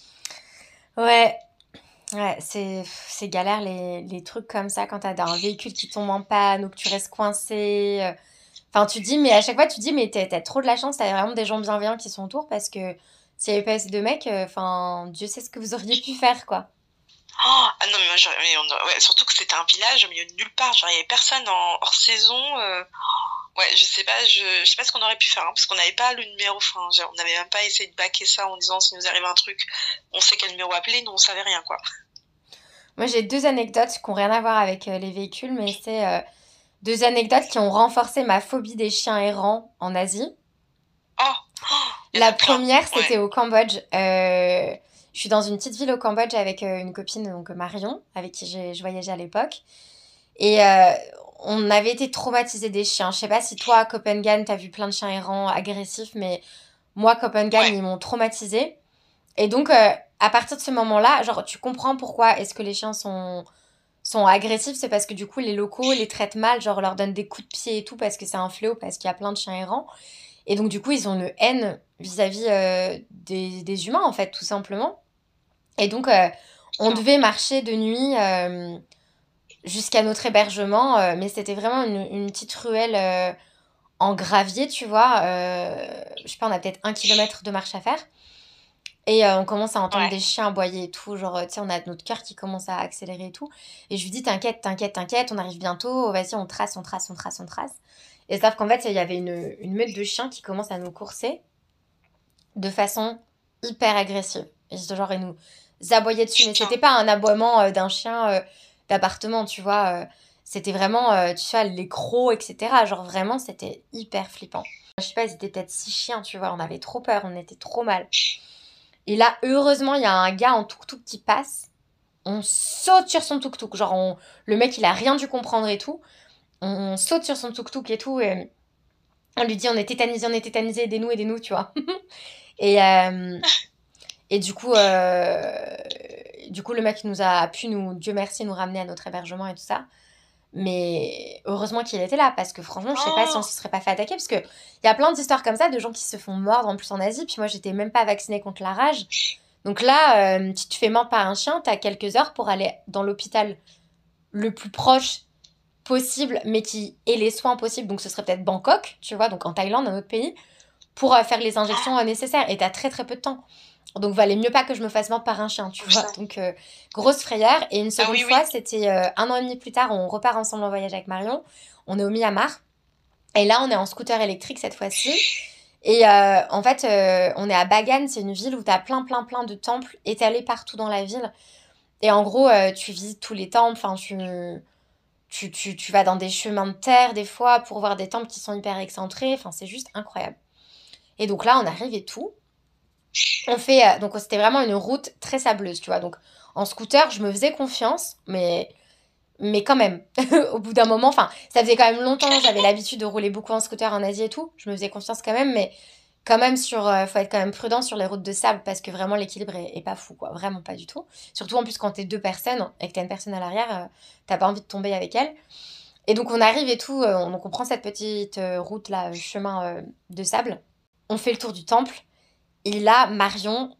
Ouais, ouais, c'est, c'est galère les, les trucs comme ça quand t'as un véhicule qui tombe en panne ou que tu restes coincé. euh. Enfin, tu dis, mais à chaque fois, tu dis, mais t'as, t'as trop de la chance, t'as vraiment des gens bienveillants qui sont autour parce que s'il n'y avait pas ces deux mecs, euh, enfin, Dieu sait ce que vous auriez pu faire, quoi. Oh, ah non, mais moi, j'aurais- mais on- ouais, surtout que c'était un village au milieu de nulle part. Genre, il y avait personne en hors saison. euh. Ouais, je sais pas, je, je sais pas ce qu'on aurait pu faire, hein, parce qu'on n'avait pas le numéro. Enfin, genre, on n'avait même pas essayé de baquer ça en disant s'il nous arrive un truc, on sait quel numéro appeler. Nous, on savait rien, quoi. Moi, j'ai deux anecdotes qui n'ont rien à voir avec euh, les véhicules, mais c'est euh, deux anecdotes qui ont renforcé ma phobie des chiens errants en Asie. Oh, oh, il y en La a plein. première, Ouais, c'était au Cambodge. Euh, je suis dans une petite ville au Cambodge avec euh, une copine, donc Marion, avec qui j'ai- je voyageais à l'époque. Et euh, on avait été traumatisés des chiens. Je sais pas si toi, à Copenhague, t'as vu plein de chiens errants agressifs, mais moi, Copenhague, ouais, ils m'ont traumatisée. Et donc, euh, à partir de ce moment-là, genre, tu comprends pourquoi est-ce que les chiens sont, sont agressifs. C'est parce que du coup, les locaux les traitent mal, genre, leur donnent des coups de pied et tout, parce que c'est un fléau, parce qu'il y a plein de chiens errants. Et donc, du coup, ils ont une haine vis-à-vis euh, des, des humains, en fait, tout simplement. Et donc, euh, on ça. devait marcher de nuit euh, jusqu'à notre hébergement, euh, mais c'était vraiment une, une petite ruelle euh, en gravier, tu vois. Euh, je sais pas, on a peut-être un kilomètre de marche à faire. Et euh, on commence à entendre Ouais. des chiens aboyer et tout. Genre, tu sais, on a notre cœur qui commence à accélérer et tout. Et je lui dis, t'inquiète, t'inquiète, t'inquiète, on arrive bientôt. Vas-y, on trace, on trace, on trace, on trace. Et sauf qu'en fait, il y avait une, une meute de chiens qui commence à nous courser. de façon hyper agressive. Et genre, ils nous aboyaient dessus, mais Putain. c'était pas un aboiement euh, d'un chien euh, d'appartement, tu vois. euh, c'était vraiment, euh, tu vois, les crocs, et cetera. Genre, vraiment, c'était hyper flippant. Je sais pas, ils étaient peut-être six chiens, tu vois. On avait trop peur, on était trop mal. Et là, heureusement, il y a un gars en tuk-tuk qui passe. On saute sur son tuk-tuk. Genre, on- le mec, il a rien dû comprendre et tout. On, on saute sur son tuk-tuk et tout. Et on lui dit, on est tétanisé, on est tétanisé, aidez-nous, aidez-nous, tu vois. et, euh, et du coup, euh, du coup, le mec nous a pu, nous, Dieu merci, nous ramener à notre hébergement et tout ça. Mais heureusement qu'il était là, parce que franchement, je sais pas si on Oh, se serait pas fait attaquer, parce que il y a plein d'histoires comme ça, de gens qui se font mordre en plus en Asie, puis moi j'étais même pas vaccinée contre la rage. Donc là, euh, si tu te fais mordre par un chien, t'as quelques heures pour aller dans l'hôpital le plus proche possible, mais qui ait les soins possibles, donc ce serait peut-être Bangkok, tu vois, donc en Thaïlande, un autre pays, pour euh, faire les injections euh, nécessaires, et t'as très très peu de temps. Donc valait mieux pas que je me fasse mordre par un chien, tu vois. putain. Donc euh, grosse frayeur. Et une Ah seconde oui, fois, oui. c'était euh, un an et demi plus tard, on repart ensemble en voyage avec Marion. On est au Myanmar. Et là, on est en scooter électrique cette fois-ci. Et euh, en fait, euh, on est à Bagan, c'est une ville où t'as plein, plein, plein de temples étalés partout dans la ville. Et en gros, euh, tu visites tous les temples, enfin, tu, tu, tu, tu vas dans des chemins de terre des fois pour voir des temples qui sont hyper excentrés. Enfin, c'est juste incroyable. Et donc là, on arrive et tout. On fait, euh, donc c'était vraiment une route très sableuse, tu vois. Donc en scooter, je me faisais confiance, mais, mais quand même, au bout d'un moment, enfin, ça faisait quand même longtemps, j'avais l'habitude de rouler beaucoup en scooter en Asie et tout. Je me faisais confiance quand même, mais quand même sur, euh, faut être quand même prudent sur les routes de sable parce que vraiment l'équilibre est, est pas fou, quoi. Vraiment pas du tout. Surtout en plus quand t'es deux personnes et que t'as une personne à l'arrière, euh, t'as pas envie de tomber avec elle. Et donc on arrive et tout, euh, on, donc on prend cette petite euh, route là, euh, chemin euh, de sable. On fait le tour du temple. Et là, Marion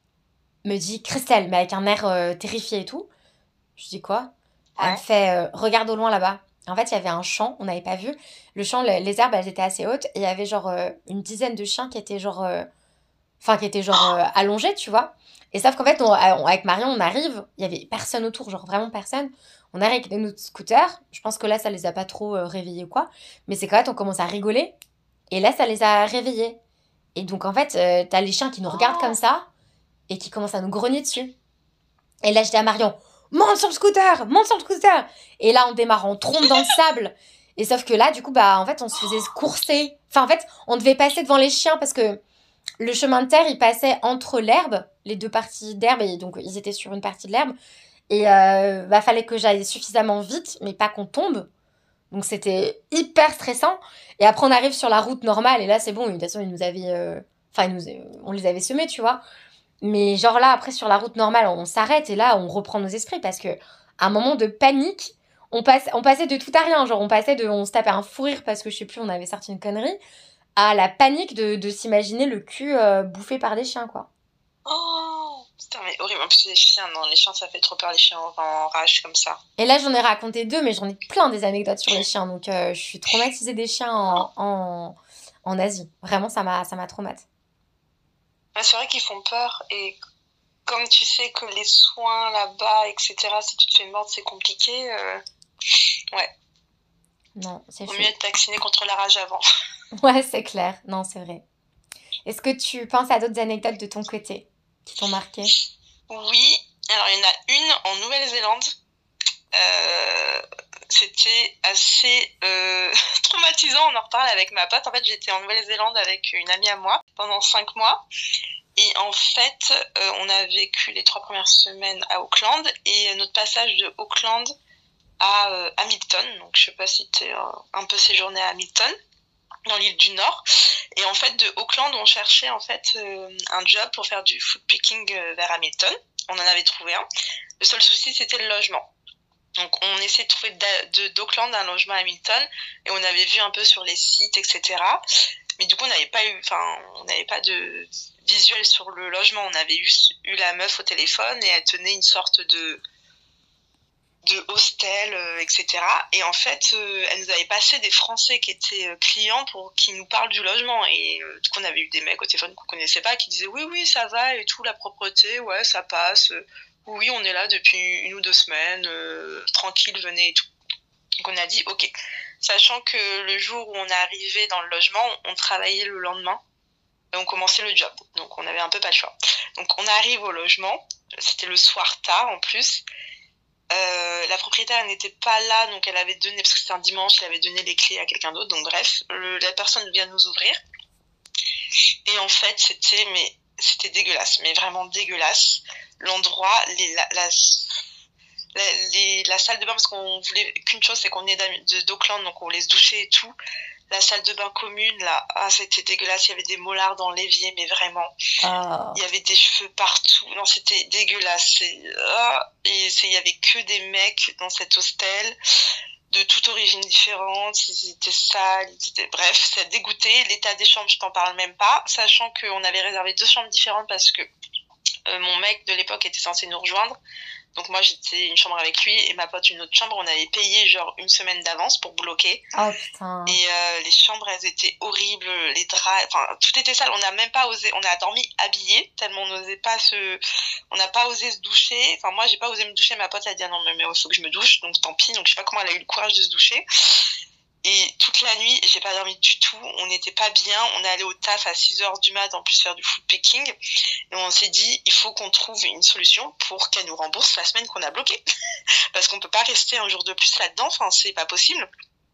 me dit Christelle, mais avec un air euh, terrifié et tout. Je dis quoi? Elle me Ouais. fait euh, regarde au loin là-bas. En fait, il y avait un champ, on n'avait pas vu. Le champ, le- les herbes, elles étaient assez hautes. Et il y avait genre euh, une dizaine de chiens qui étaient genre. euh, Enfin, qui étaient genre euh, allongés, tu vois. Et sauf qu'en fait, on- on- avec Marion, on arrive. Il y avait personne autour, genre vraiment personne. On arrive avec notre scooter. Je pense que là, ça les a pas trop euh, réveillés, quoi. Mais c'est qu'en fait, on commence à rigoler. Et là, ça les a réveillés. Et donc, en fait, euh, t'as les chiens qui nous regardent comme Oh, ça et qui commencent à nous grogner dessus. Et là, je dis à Marion, monte sur le scooter, monte sur le scooter. Et là, on démarre, on trompe dans le sable. Et sauf que là, du coup, bah, en fait, on se faisait courser. Enfin, en fait, on devait passer devant les chiens parce que le chemin de terre, il passait entre l'herbe, les deux parties d'herbe, et donc ils étaient sur une partie de l'herbe. Et euh, bah, fallait que j'aille suffisamment vite, mais pas qu'on tombe. Donc c'était hyper stressant. Et après, on arrive sur la route normale, et là, c'est bon, de toute façon, ils nous avaient. euh, Enfin, ils nous... on les avait semés, tu vois. Mais genre là, après, sur la route normale, on s'arrête et là, on reprend nos esprits parce que à un moment de panique, on, passe, on passait de tout à rien. Genre, on passait de. On se tapait un fou rire parce que je sais plus, on avait sorti une connerie, à la panique de, de s'imaginer le cul euh, bouffé par des chiens, quoi. oh. Putain, mais horrible. En plus, les chiens, non, les chiens, ça fait trop peur, les chiens en, en rage comme ça. Et là, j'en ai raconté deux, mais j'en ai plein des anecdotes sur les chiens. Donc, euh, je suis traumatisée des chiens en, en, en Asie. Vraiment, ça m'a, ça m'a traumatisée. Ouais, c'est vrai qu'ils font peur et comme tu sais que les soins là-bas, et cetera, si tu te fais mordre, c'est compliqué. euh, Ouais, Non, c'est vaut chaud. mieux être vacciné contre la rage avant. Ouais, c'est clair. Non, c'est vrai. Est-ce que tu penses à d'autres anecdotes de ton côté qui t'ont marqué? Oui, alors il y en a une en Nouvelle-Zélande. Euh, C'était assez euh, traumatisant, on en reparle avec ma pote. En fait, j'étais en Nouvelle-Zélande avec une amie à moi pendant cinq mois. Et en fait, euh, on a vécu les trois premières semaines à Auckland et notre passage de Auckland à euh, Hamilton. Donc, je sais pas si tu es euh, un peu séjourné à Hamilton, dans l'île du Nord. Et en fait, de Auckland, on cherchait en fait euh, un job pour faire du food picking euh, vers Hamilton. On en avait trouvé un. Le seul souci, c'était le logement. Donc, on essayait de trouver d'Auckland un logement à Hamilton et on avait vu un peu sur les sites, et cetera. Mais du coup, on n'avait pas eu, enfin, on n'avait pas de visuel sur le logement. On avait eu, eu la meuf au téléphone et elle tenait une sorte de, de hostel, euh, et cetera. Et en fait, euh, elle nous avait passé des Français qui étaient euh, clients pour qu'ils nous parlent du logement. Et euh, du coup, on avait eu des mecs au téléphone qu'on connaissait pas qui disaient oui, oui, ça va et tout, la propreté, ouais, ça passe. Oui, on est là depuis une ou deux semaines, euh, tranquille, venez et tout. Donc on a dit ok. Sachant que le jour où on est arrivé dans le logement, on travaillait le lendemain. et on commençait le job. Donc on avait un peu pas le choix. Donc on arrive au logement, c'était le soir tard en plus. Euh, la propriétaire n'était pas là, donc elle avait donné, parce que c'était un dimanche, elle avait donné les clés à quelqu'un d'autre. Donc bref, le, la personne vient nous ouvrir. Et en fait, c'était mais c'était dégueulasse, mais vraiment dégueulasse. L'endroit, les, la, la, la, les, la salle de bain, parce qu'on voulait qu'une chose, c'est qu'on venait d'Auckland, donc on voulait se doucher et tout. La salle de bain commune, là, ah, c'était dégueulasse. Il y avait des molars dans l'évier, mais vraiment. Oh. Il y avait des cheveux partout. Non, c'était dégueulasse. Ah, et il y avait que des mecs dans cet hostel, de toute origine différente. Ils étaient sales. Ils étaient... Bref, ça dégoûtait. L'état des chambres, je t'en parle même pas. Sachant qu'on avait réservé deux chambres différentes parce que euh, mon mec de l'époque était censé nous rejoindre. Donc moi j'étais une chambre avec lui et ma pote une autre chambre. On avait payé genre une semaine d'avance pour bloquer. Oh putain. Et euh, les chambres elles étaient horribles, les draps, enfin tout était sale. On n'a même pas osé, on a dormi habillés tellement on n'osait pas se, on n'a pas osé se doucher. Enfin moi j'ai pas osé me doucher, ma pote a dit ah non mais il faut que je me douche, donc tant pis. Donc je sais pas comment elle a eu le courage de se doucher. Et toute la nuit, j'ai pas dormi du tout, on n'était pas bien, on est allé au taf à six heures du mat, en plus faire du food picking, et on s'est dit, il faut qu'on trouve une solution pour qu'elle nous rembourse la semaine qu'on a bloquée. Parce qu'on peut pas rester un jour de plus là-dedans, enfin, c'est pas possible.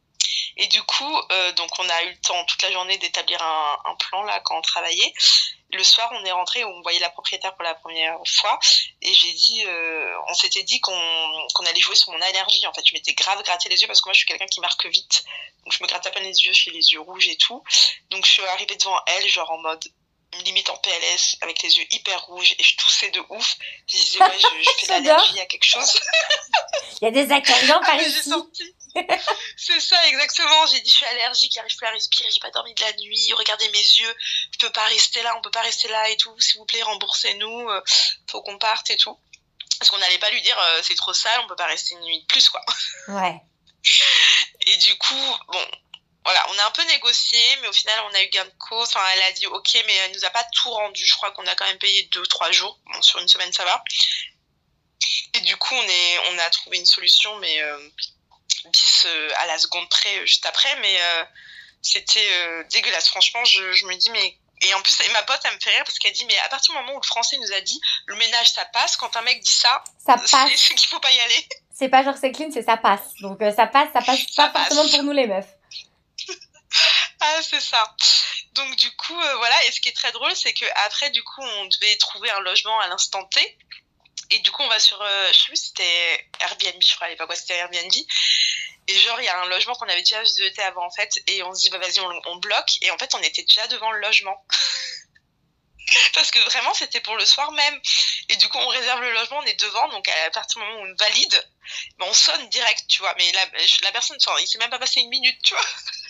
Et du coup, euh, donc on a eu le temps toute la journée d'établir un, un plan là quand on travaillait. Le soir, on est rentré, on voyait la propriétaire pour la première fois, et j'ai dit, euh, on s'était dit qu'on qu'on allait jouer sur mon allergie. En fait, je m'étais grave gratté les yeux parce que moi, je suis quelqu'un qui marque vite, donc je me gratte à peine les yeux, j'ai les yeux rouges et tout. Donc je suis arrivée devant elle, genre en mode limite en P L S, avec les yeux hyper rouges, et je toussais de ouf. Je disais ouais, je, je fais l'allergie à quelque chose. Il y a des acariens par ah, ici. J'ai sorti. C'est ça, exactement. J'ai dit, je suis allergique, j'arrive plus à respirer, j'ai pas dormi de la nuit, regardez mes yeux, je peux pas rester là, on peut pas rester là et tout, s'il vous plaît, remboursez-nous, euh, faut qu'on parte et tout. Parce qu'on n'allait pas lui dire, euh, c'est trop sale, on peut pas rester une nuit de plus, quoi. Ouais. Et du coup, bon, voilà, on a un peu négocié, mais au final, on a eu gain de cause. Enfin, elle a dit, ok, mais elle nous a pas tout rendu. Je crois qu'on a quand même payé deux, trois jours. Bon, sur une semaine, ça va. Et du coup, on est, on a trouvé une solution, mais, euh, bis euh, à la seconde près, euh, juste après, mais euh, c'était euh, dégueulasse. Franchement, je, je me dis, mais. Et en plus, et ma pote, elle me fait rire parce qu'elle dit, mais à partir du moment où le français nous a dit, le ménage, ça passe, quand un mec dit ça, ça passe. C'est qu'il faut pas y aller. C'est pas genre c'est clean, c'est ça passe. Donc euh, ça passe, ça passe ça pas passe. forcément pour nous les meufs. Ah, c'est ça. Donc du coup, euh, voilà. Et ce qui est très drôle, c'est que après, du coup, on devait trouver un logement à l'instant T. Et du coup, on va sur, euh, je sais plus si c'était Airbnb, je crois à l'époque, c'était Airbnb. Et genre, il y a un logement qu'on avait déjà visité avant, en fait. Et on se dit, bah vas-y, on, on bloque. Et en fait, on était déjà devant le logement. Parce que vraiment, c'était pour le soir même. Et du coup, on réserve le logement, on est devant. Donc, à partir du moment où on valide, bah, on sonne direct, tu vois. Mais la, la personne, il s'est même pas passé une minute, tu vois.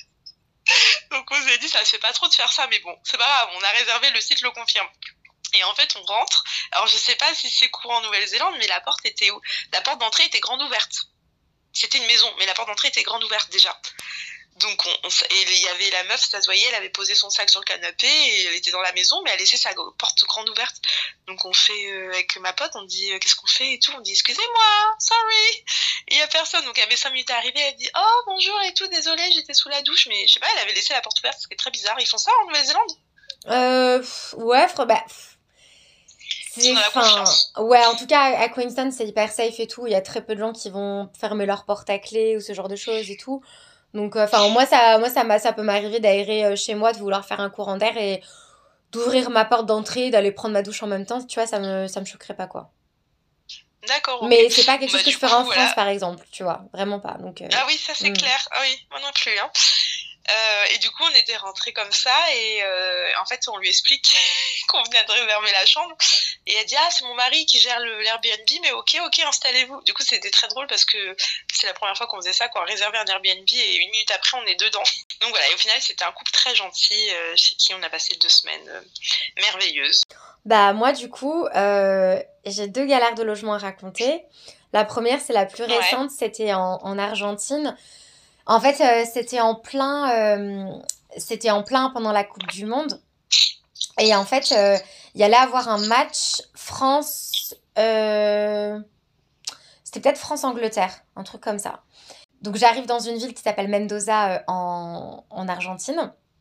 Donc, on s'est dit, ça se fait pas trop de faire ça. Mais bon, c'est pas grave, on a réservé, le site le confirme. Et en fait, on rentre. Alors, je sais pas si c'est courant en Nouvelle-Zélande, mais la porte était où la porte d'entrée était grande ouverte. C'était une maison, mais la porte d'entrée était grande ouverte déjà. Donc, on, on, et il y avait la meuf, ça se voyait, elle avait posé son sac sur le canapé et elle était dans la maison, mais elle laissait sa porte grande ouverte. Donc, on fait, euh, avec ma pote, on dit, euh, qu'est-ce qu'on fait et tout. On dit, excusez-moi, sorry. Et il y a personne. Donc, elle met cinq minutes à arriver, elle dit, oh, bonjour et tout, désolée, j'étais sous la douche. Mais je sais pas, elle avait laissé la porte ouverte, ce qui est très bizarre. Ils font ça en Nouvelle-Zélande? Euh, ouais, bah. C'est fin. Ouais, en tout cas, à Queenstown, c'est hyper safe et tout. Il y a très peu de gens qui vont fermer leur porte à clé ou ce genre de choses et tout. Donc, enfin, euh, moi, ça, moi, ça, ça peut m'arriver d'aérer chez moi, de vouloir faire un courant d'air et d'ouvrir ma porte d'entrée, d'aller prendre ma douche en même temps. Tu vois, ça me, ça me choquerait pas, quoi. D'accord. Okay. Mais c'est pas quelque bah, chose que je ferais en France, voilà. Par exemple, tu vois. Vraiment pas. Donc, euh... Ah oui, ça c'est mm. clair. Ah oui, moi non plus. Hein. Euh, et du coup, on était rentrés comme ça et euh, en fait, on lui explique qu'on venait de réserver la chambre et elle dit ah c'est mon mari qui gère le l'Airbnb mais ok ok installez-vous. Du coup, c'était très drôle parce que c'est la première fois qu'on faisait ça, qu'on réservait un Airbnb et une minute après on est dedans. Donc voilà, et au final c'était un couple très gentil euh, chez qui on a passé deux semaines euh, merveilleuses. Bah moi du coup, euh, j'ai deux galères de logement à raconter. La première, c'est la plus récente, ouais. C'était en, en Argentine. En fait, euh, c'était en plein, euh, c'était en plein pendant la Coupe du Monde. Et en fait, euh, il y allait avoir un match France... Euh, c'était peut-être France-Angleterre, un truc comme ça. Donc, j'arrive dans une ville qui s'appelle Mendoza euh, en, en Argentine.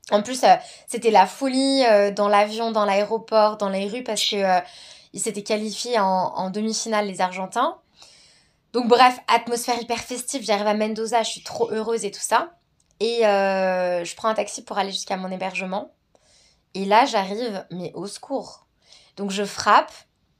En plus, euh, c'était la folie euh, dans l'avion, dans l'aéroport, dans les rues, parce que euh, ils s'étaient qualifiés en, en demi-finale, les Argentins. Donc bref, atmosphère hyper festive, j'arrive à Mendoza, je suis trop heureuse et tout ça. Et euh, je prends un taxi pour aller jusqu'à mon hébergement. Et là, j'arrive, mais au secours. Donc je frappe,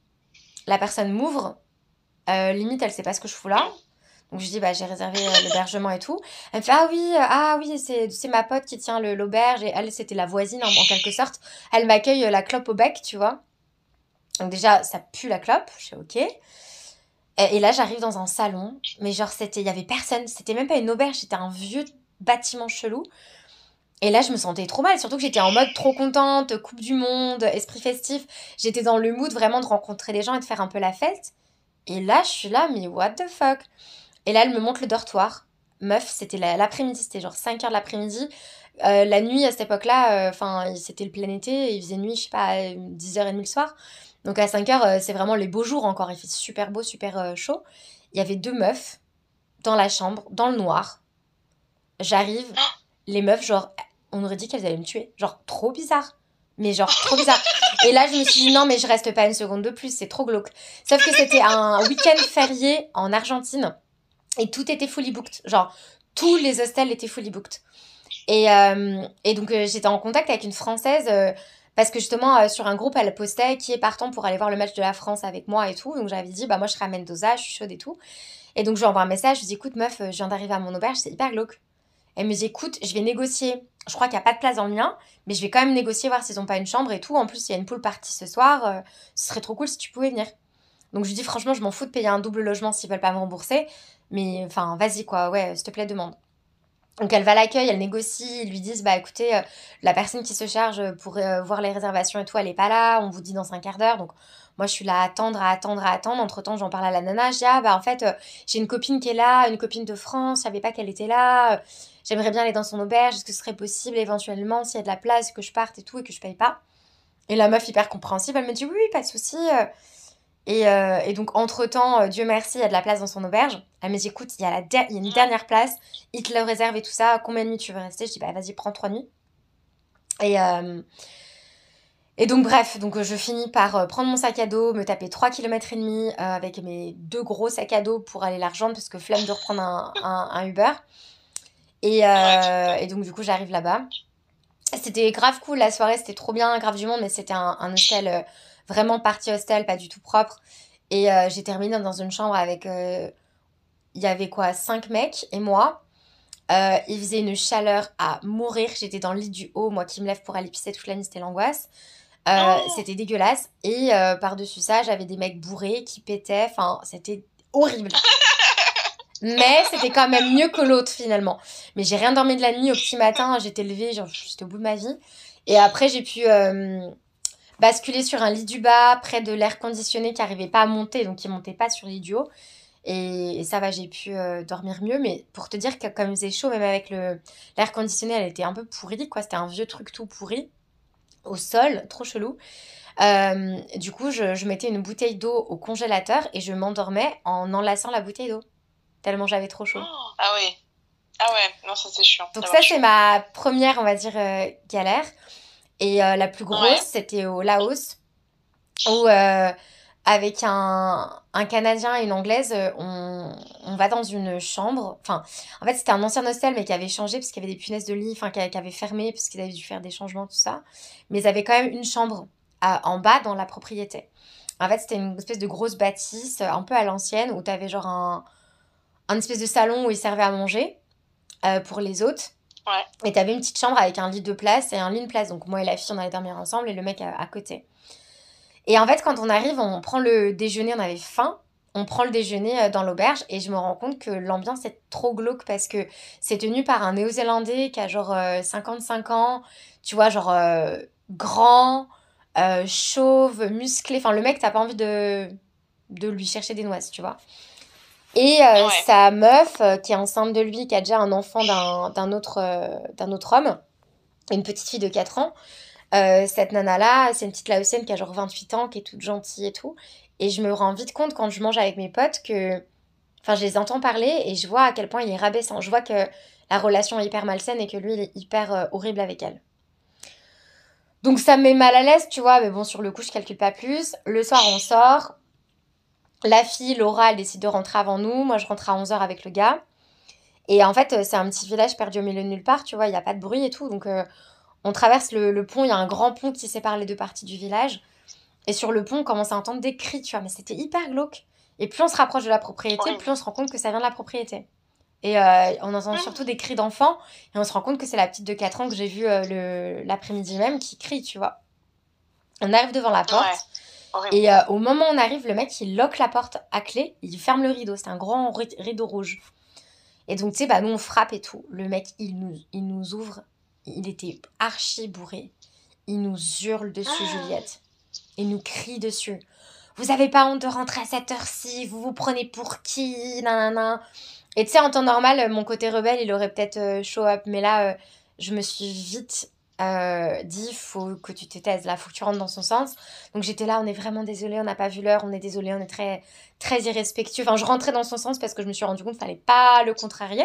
la personne m'ouvre, euh, limite, elle sait pas ce que je fous là. Donc je dis, bah j'ai réservé euh, l'hébergement et tout. Elle me fait, ah oui, euh, ah oui, c'est, c'est ma pote qui tient le, l'auberge. Et elle, c'était la voisine en, en quelque sorte. Elle m'accueille euh, la clope au bec, tu vois. Donc déjà, ça pue la clope, je suis ok. Et, et là, j'arrive dans un salon, mais genre, c'était, il y avait personne. C'était même pas une auberge, c'était un vieux bâtiment chelou. Et là, je me sentais trop mal, surtout que j'étais en mode trop contente, Coupe du Monde, esprit festif. J'étais dans le mood vraiment de rencontrer des gens et de faire un peu la fête. Et là, je suis là, mais what the fuck? Et là, elle me montre le dortoir. Meuf, c'était la- l'après-midi, c'était genre cinq heures de l'après-midi. Euh, la nuit, à cette époque-là, enfin, c'était le plein été, il faisait nuit, je sais pas, à dix heures trente le soir. Donc à cinq heures, euh, c'est vraiment les beaux jours encore, il fait super beau, super euh, chaud. Il y avait deux meufs dans la chambre, dans le noir. J'arrive, les meufs, genre, on aurait dit qu'elles allaient me tuer. Genre, trop bizarre. Mais genre, trop bizarre. Et là, je me suis dit, non, mais je reste pas une seconde de plus, c'est trop glauque. Sauf que c'était un week-end férié en Argentine. Et tout était fully booked. Genre, tous les hostels étaient fully booked. Et, euh, et donc, euh, j'étais en contact avec une Française euh, parce que justement, euh, sur un groupe, elle postait qui est partant pour aller voir le match de la France avec moi et tout. Donc, j'avais dit, bah, moi, je serai à Mendoza, je suis chaude et tout. Et donc, je lui envoie un message, je lui dis, écoute, meuf, euh, je viens d'arriver à mon auberge, c'est hyper glauque. Elle me dit, écoute, je vais négocier. Je crois qu'il n'y a pas de place dans le mien, mais je vais quand même négocier, voir s'ils n'ont pas une chambre et tout. En plus, il y a une pool party ce soir. euh, ce serait trop cool si tu pouvais venir. Donc, je lui dis, franchement, je m'en fous de payer un double logement s'ils veulent pas me rembourser. Mais, enfin, vas-y, quoi. Ouais, s'il te plaît, demande. Donc elle va à l'accueil, elle négocie, ils lui disent bah écoutez, euh, la personne qui se charge pour euh, voir les réservations et tout, elle est pas là, on vous dit dans un quart d'heure. Donc moi je suis là à attendre, à attendre, à attendre. Entre-temps, j'en parle à la nana, je dis ah bah en fait, euh, j'ai une copine qui est là, une copine de France, je savais pas qu'elle était là. euh, J'aimerais bien aller dans son auberge, est-ce que ce serait possible éventuellement s'il y a de la place que je parte et tout et que je paye pas. Et la meuf hyper compréhensive, elle me dit oui, oui, pas de souci. euh, et, euh, et donc, entre-temps, euh, Dieu merci, il y a de la place dans son auberge. Elle me dit, écoute, il y, a la der- il y a une dernière place, il te le réserve et tout ça, combien de nuits tu veux rester? Je dis, bah vas-y, prends trois nuits. Et, euh, et donc, bref, donc, euh, je finis par euh, prendre mon sac à dos, me taper trois kilomètres et demi euh, avec mes deux gros sacs à dos pour aller la rejoindre, parce que flemme de reprendre un, un- un Uber. Et, euh, et donc, du coup, j'arrive là-bas. C'était grave cool, la soirée, c'était trop bien, grave du monde, mais c'était un, un hostel, euh, vraiment party hostel, pas du tout propre. Et euh, j'ai terminé dans une chambre avec euh, il y avait quoi, cinq mecs et moi. Euh, il faisait une chaleur à mourir. J'étais dans le lit du haut, moi qui me lève pour aller pisser toute la nuit, c'était l'angoisse. Euh, Oh, c'était dégueulasse. Et euh, par-dessus ça, j'avais des mecs bourrés qui pétaient. Enfin, c'était horrible. Mais c'était quand même mieux que l'autre finalement. Mais j'ai rien dormi de la nuit. Au petit matin, j'étais levée, genre, j'étais au bout de ma vie. Et après, j'ai pu euh, basculer sur un lit du bas, près de l'air conditionné qui arrivait pas à monter, donc qui montait pas sur le lit du haut. Et, et ça va, j'ai pu euh, dormir mieux. Mais pour te dire que comme il faisait chaud, même avec le l'air conditionné, elle était un peu pourrie, quoi. C'était un vieux truc tout pourri au sol, trop chelou. Euh, du coup, je, je mettais une bouteille d'eau au congélateur et je m'endormais en enlaçant la bouteille d'eau, tellement j'avais trop chaud. oh. Ah oui. Ah ouais, non, ça c'est chiant Donc ça, d'avoir c'est chaud. ma première, on va dire, euh, galère. Et euh, la plus grosse, Ouais. c'était au Laos, où euh, avec un, un Canadien et une Anglaise, euh, on, on va dans une chambre. Enfin, en fait, c'était un ancien hostel, mais qui avait changé parce qu'il y avait des punaises de lit, enfin, qui, qui avait fermé parce qu'ils avaient dû faire des changements, tout ça. Mais ils avaient quand même une chambre à- en bas dans la propriété. En fait, c'était une espèce de grosse bâtisse, euh, un peu à l'ancienne, où tu avais genre un, un espèce de salon où ils servaient à manger euh, pour les hôtes. Ouais. Et t'avais une petite chambre avec un lit de place et un lit de place. Donc moi et la fille, on allait dormir ensemble et le mec à, à côté. Et en fait, quand on arrive, on prend le déjeuner, on avait faim. On prend le déjeuner euh, dans l'auberge et je me rends compte que l'ambiance est trop glauque parce que c'est tenu par un Néo-Zélandais qui a genre euh, cinquante-cinq ans, tu vois, genre euh, grand, euh, chauve, musclé. Enfin, le mec, t'as pas envie de, de lui chercher des noises, tu vois. Et euh, Ouais. sa meuf, euh, qui est enceinte de lui, qui a déjà un enfant d'un d'un autre, euh, d'un autre homme, une petite fille de quatre ans. Euh, cette nana-là, c'est une petite Laotienne qui a genre vingt-huit ans, qui est toute gentille et tout. Et je me rends vite compte quand je mange avec mes potes que... Enfin, je les entends parler et je vois à quel point il est rabaissant. Je vois que la relation est hyper malsaine et que lui, il est hyper euh, horrible avec elle. Donc ça me met mal à l'aise, tu vois, mais bon, sur le coup, je calcule pas plus. Le soir, on sort. La fille, Laura, elle décide de rentrer avant nous. Moi, je rentre à onze heures avec le gars. Et en fait, euh, c'est un petit village perdu au milieu de nulle part, tu vois, il n'y a pas de bruit et tout. Donc, euh, on traverse le, le pont, il y a un grand pont qui sépare les deux parties du village. Et sur le pont, on commence à entendre des cris, tu vois, mais c'était hyper glauque. Et plus on se rapproche de la propriété, Horrible. plus on se rend compte que ça vient de la propriété. Et euh, on entend Mmh. surtout des cris d'enfants. Et on se rend compte que c'est la petite de quatre ans que j'ai vue euh, le, l'après-midi même qui crie, tu vois. On arrive devant la Ouais, porte. horrible. Et euh, au moment où on arrive, le mec, il lock la porte à clé. Il ferme le rideau. C'est un grand ri- rideau rouge. Et donc, tu sais, bah, nous, on frappe et tout. Le mec, il nous, il nous ouvre. Il était archi bourré. Il nous hurle dessus, Juliette. Il nous crie dessus. Vous avez pas honte de rentrer à cette heure-ci? Vous vous prenez pour qui? Nanana. Et tu sais, en temps normal, mon côté rebelle, il aurait peut-être euh, show up. Mais là, euh, je me suis vite euh, dit, faut que tu te taises. Là, faut que tu rentres dans son sens. Donc j'étais là, on est vraiment désolé, on n'a pas vu l'heure, on est désolé, on est très, très irrespectueux. Enfin, je rentrais dans son sens parce que je me suis rendu compte qu'il fallait pas le contrarier.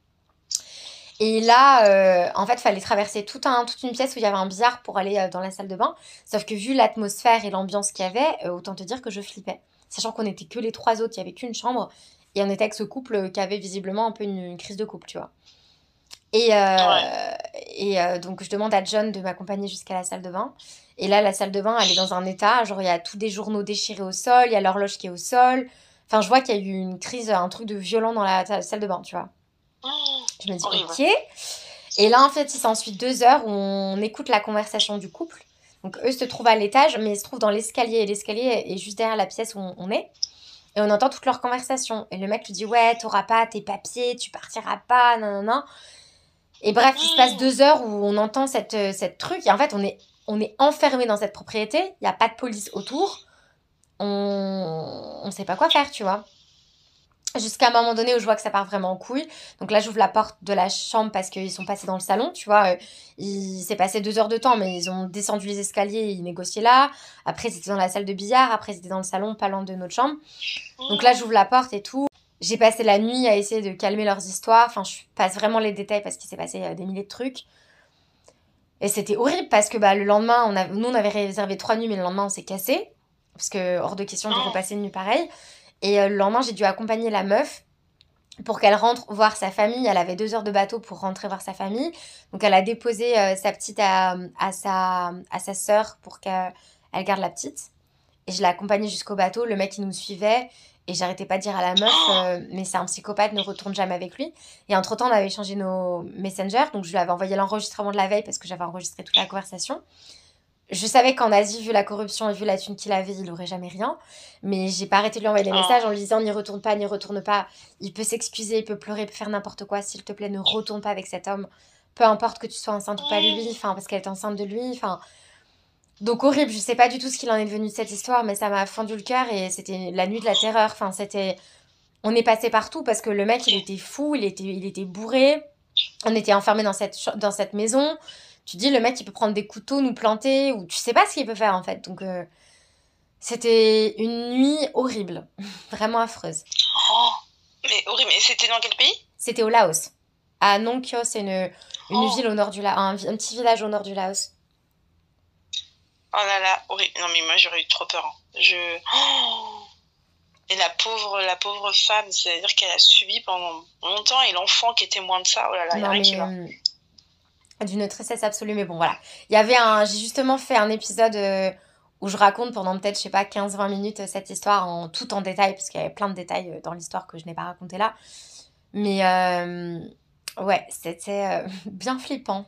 Et là, euh, en fait, il fallait traverser tout un, toute une pièce où il y avait un billard pour aller euh, dans la salle de bain. Sauf que vu l'atmosphère et l'ambiance qu'il y avait, euh, autant te dire que je flippais. Sachant qu'on était que les trois autres, il y avait qu'une chambre. Et on était avec ce couple qui avait visiblement un peu une, une crise de couple, tu vois. Et, Ouais. euh, et euh, donc, je demande à John de m'accompagner jusqu'à la salle de bain. Et là, la salle de bain, elle est dans un état. Genre, il y a tous des journaux déchirés au sol, il y a l'horloge qui est au sol. Enfin, je vois qu'il y a eu une crise, un truc de violent dans la ta- salle de bain, tu vois. Mmh. Je me dis, Horrible. ok. Et là, en fait, il s'ensuit deux heures où on écoute la conversation du couple. Donc, eux se trouvent à l'étage, mais ils se trouvent dans l'escalier. Et l'escalier est juste derrière la pièce où on, on est. Et on entend toute leur conversation. Et le mec lui dit, ouais, t'auras pas tes papiers, tu partiras pas, non, non, non. Et bref, il se passe Mmh. deux heures où on entend cette, euh, cette truc. Et en fait, on est, on est enfermé dans cette propriété. Il n'y a pas de police autour. On ne sait pas quoi faire, tu vois. Jusqu'à un moment donné où je vois que ça part vraiment en couille. Donc là, j'ouvre la porte de la chambre parce qu'ils sont passés dans le salon, tu vois. Euh, Il s'est passé deux heures de temps, mais ils ont descendu les escaliers et ils négociaient là. Après, ils étaient dans la salle de billard. Après, ils étaient dans le salon, pas loin de notre chambre. Donc là, Mmh. j'ouvre la porte et tout. J'ai passé la nuit à essayer de calmer leurs histoires. Enfin, je passe vraiment les détails parce qu'il s'est passé euh, des milliers de trucs. Et c'était horrible parce que bah, le lendemain, on a... nous, on avait réservé trois nuits, mais le lendemain, on s'est cassé. Parce que hors de question de Oh. repasser une nuit pareille. Et euh, le lendemain, j'ai dû accompagner la meuf pour qu'elle rentre voir sa famille. Elle avait deux heures de bateau pour rentrer voir sa famille. Donc, elle a déposé euh, sa petite à, à, sa, à sa sœur pour qu'elle garde la petite. Et je l'ai accompagnée jusqu'au bateau. Le mec, il nous suivait. Et j'arrêtais pas de dire à la meuf, Oh. euh, mais c'est un psychopathe, ne retourne jamais avec lui. Et entre-temps, on avait échangé nos messengers. Donc, je lui avais envoyé l'enregistrement de la veille parce que j'avais enregistré toute la conversation. Je savais qu'en Asie, vu la corruption et vu la thune qu'il avait, il aurait jamais rien. Mais j'ai pas arrêté de lui envoyer des messages en Oh. lui disant n'y retourne pas, n'y retourne pas. Il peut s'excuser, il peut pleurer, il peut faire n'importe quoi. S'il te plaît, ne retourne pas avec cet homme. Peu importe que tu sois enceinte ou pas de lui, enfin, parce qu'elle est enceinte de lui. Enfin, donc horrible. Je sais pas du tout ce qu'il en est devenu de cette histoire, mais ça m'a fendu le cœur et c'était la nuit de la terreur. Enfin, c'était. On est passé partout parce que le mec, il Ok. était fou, il était, il était bourré. On était enfermés dans cette, cho- dans cette maison. Tu dis, le mec, il peut prendre des couteaux, nous planter, ou tu sais pas ce qu'il peut faire en fait. Donc, euh, c'était une nuit horrible, vraiment affreuse. Oh. Mais horrible. Mais c'était dans quel pays? C'était au Laos. À Nong Kyo, c'est une, une Oh. ville au nord du Laos, un, vi- un petit village au nord du Laos. Oh là là, horrible. Non mais moi j'aurais eu trop peur. Hein. Je. Oh. Et la pauvre, la pauvre femme, c'est-à-dire qu'elle a subi pendant longtemps et l'enfant qui est témoin de ça, oh là là, il n'y a Non, rien qui mais va. euh, d'une tristesse absolue. Mais bon, voilà. Il y avait un. J'ai justement fait un épisode euh, où je raconte pendant peut-être, je sais pas, quinze vingt minutes euh, cette histoire en tout en détail, parce qu'il y avait plein de détails euh, dans l'histoire que je n'ai pas raconté là. Mais euh, ouais, c'était euh, bien flippant.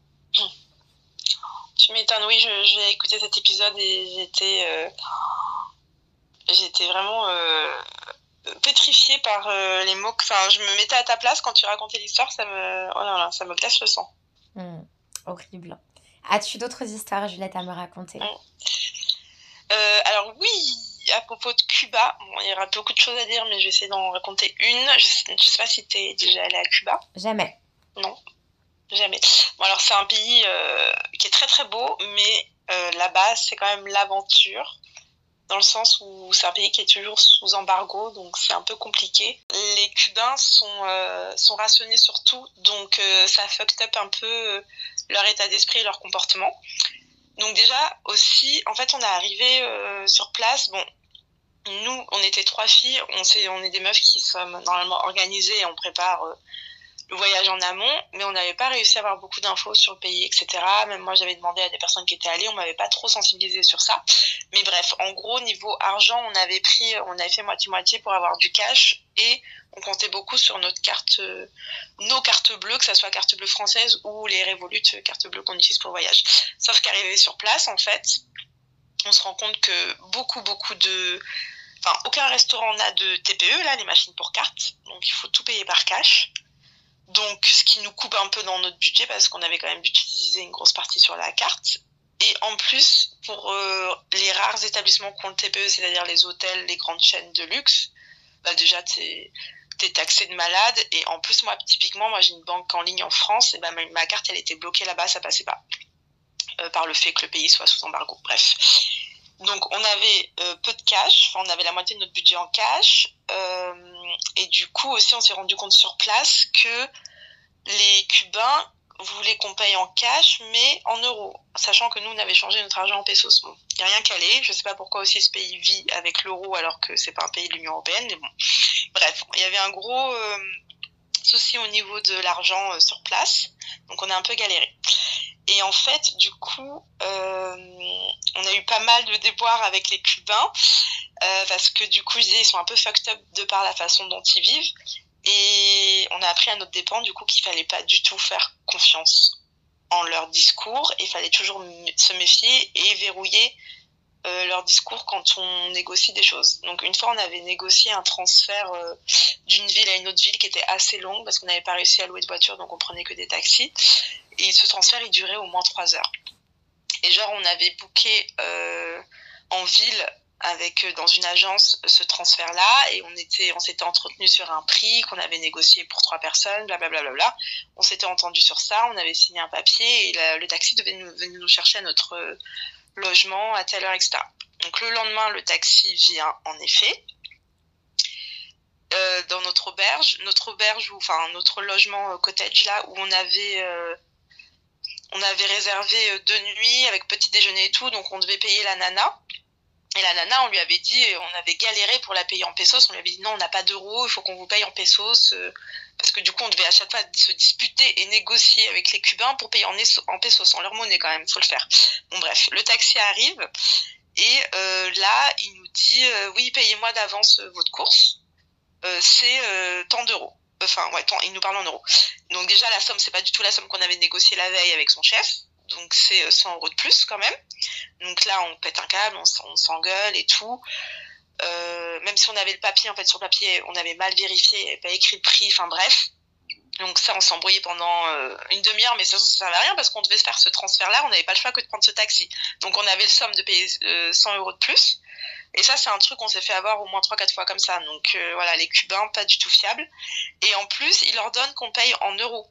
Tu m'étonnes, oui, je- j'ai écouté cet épisode et j'étais euh, j'étais vraiment euh, pétrifiée par euh, les mots. que- Enfin, je me mettais à ta place quand tu racontais l'histoire, ça me, oh là là, ça me glace le sang. Hmm, horrible. As-tu d'autres histoires, Juliette, à me raconter? Mm. Euh, alors oui, à propos de Cuba, bon, il y aura beaucoup de choses à dire, mais je vais essayer d'en raconter une. Je sais, je sais pas si t'es déjà allé à Cuba. Jamais. Non, jamais. Bon, alors c'est un pays euh, qui est très très beau, mais euh, là-bas c'est quand même l'aventure, dans le sens où c'est un pays qui est toujours sous embargo, donc c'est un peu compliqué. Les Cubains sont, euh, sont rationnés sur tout, donc euh, ça fucked up un peu euh, leur état d'esprit et leur comportement. Donc déjà, aussi, en fait, on est arrivé euh, sur place. Bon, nous, on était trois filles. On, sait, on est des meufs qui sommes normalement organisées et on prépare euh, le voyage en amont, mais on n'avait pas réussi à avoir beaucoup d'infos sur le pays, et cetera. Même moi, j'avais demandé à des personnes qui étaient allées, on m'avait pas trop sensibilisé sur ça. Mais bref, en gros, niveau argent, on avait pris, on avait fait moitié-moitié pour avoir du cash et on comptait beaucoup sur notre carte, euh, nos cartes bleues, que ça soit carte bleue française ou les Revolut cartes bleues qu'on utilise pour le voyage. Sauf qu'arrivé sur place, en fait, on se rend compte que beaucoup, beaucoup de, enfin, aucun restaurant n'a de T P E, là, les machines pour cartes. Donc, il faut tout payer par cash. Donc, ce qui nous coupe un peu dans notre budget parce qu'on avait quand même utilisé une grosse partie sur la carte. Et en plus, pour euh, les rares établissements qui ont le T P E, c'est-à-dire les hôtels, les grandes chaînes de luxe, bah déjà, t'es, t'es taxé de malade. Et en plus, moi, typiquement, moi, j'ai une banque en ligne en France. Et bah, ma, ma carte, elle était bloquée là-bas, ça passait pas. Euh, par le fait que le pays soit sous embargo. Bref. Donc, on avait euh, peu de cash. Enfin, on avait la moitié de notre budget en cash. Euh, et du coup, aussi, on s'est rendu compte sur place que les Cubains voulaient qu'on paye en cash, mais en euros, sachant que nous, on avait changé notre argent en pesos. Bon, il n'y a rien calé. Je ne sais pas pourquoi aussi ce pays vit avec l'euro alors que c'est pas un pays de l'Union européenne, mais bon. Bref, il y avait un gros euh, souci au niveau de l'argent euh, sur place, donc on a un peu galéré. Et en fait, du coup, euh, on a eu pas mal de déboires avec les Cubains, euh, parce que du coup, ils disaient ils sont un peu fucked up de par la façon dont ils vivent. Et on a appris à notre dépens, du coup, qu'il fallait pas du tout faire confiance en leur discours. Il fallait toujours se méfier et verrouiller euh, leur discours quand on négocie des choses. Donc, une fois, on avait négocié un transfert euh, d'une ville à une autre ville qui était assez long parce qu'on n'avait pas réussi à louer de voiture, donc on prenait que des taxis. Et ce transfert, il durait au moins trois heures. Et genre, on avait booké euh, en ville avec dans une agence ce transfert-là et on était, on s'était entretenu sur un prix qu'on avait négocié pour trois personnes, blablabla. Bla, bla, bla. On s'était entendu sur ça, on avait signé un papier et la, le taxi devait nous, venir nous chercher à notre logement à telle heure, et cetera. Donc le lendemain, le taxi vient en effet. Euh, dans notre auberge, notre auberge, ou enfin notre logement euh, cottage là où on avait euh, on avait réservé deux nuits avec petit déjeuner et tout, donc on devait payer la nana. Et la nana, on lui avait dit, on avait galéré pour la payer en pesos, on lui avait dit non, on n'a pas d'euros, il faut qu'on vous paye en pesos, euh, parce que du coup, on devait à chaque fois se disputer et négocier avec les Cubains pour payer en, en pesos, en leur monnaie quand même, faut le faire. Bon bref, le taxi arrive, et euh, là, il nous dit, euh, oui, payez-moi d'avance euh, votre course, euh, c'est euh, tant d'euros. Enfin, ouais, tant, il nous parle en euros. Donc déjà, la somme, c'est pas du tout la somme qu'on avait négociée la veille avec son chef, donc c'est cent euros de plus quand même. Donc là, on pète un câble, on, on s'engueule et tout. Euh, même si on avait le papier, en fait, sur le papier, on avait mal vérifié, il n'y avait pas écrit le prix, enfin bref. Donc ça, on s'est embrouillé pendant euh, une demi-heure, mais ça ne servait à rien parce qu'on devait faire ce transfert-là, on n'avait pas le choix que de prendre ce taxi. Donc on avait le somme de payer euh, cent euros de plus. Et ça, c'est un truc qu'on s'est fait avoir au moins trois quatre fois comme ça. Donc euh, voilà, les Cubains, pas du tout fiables. Et en plus, ils leur donnent qu'on paye en euros.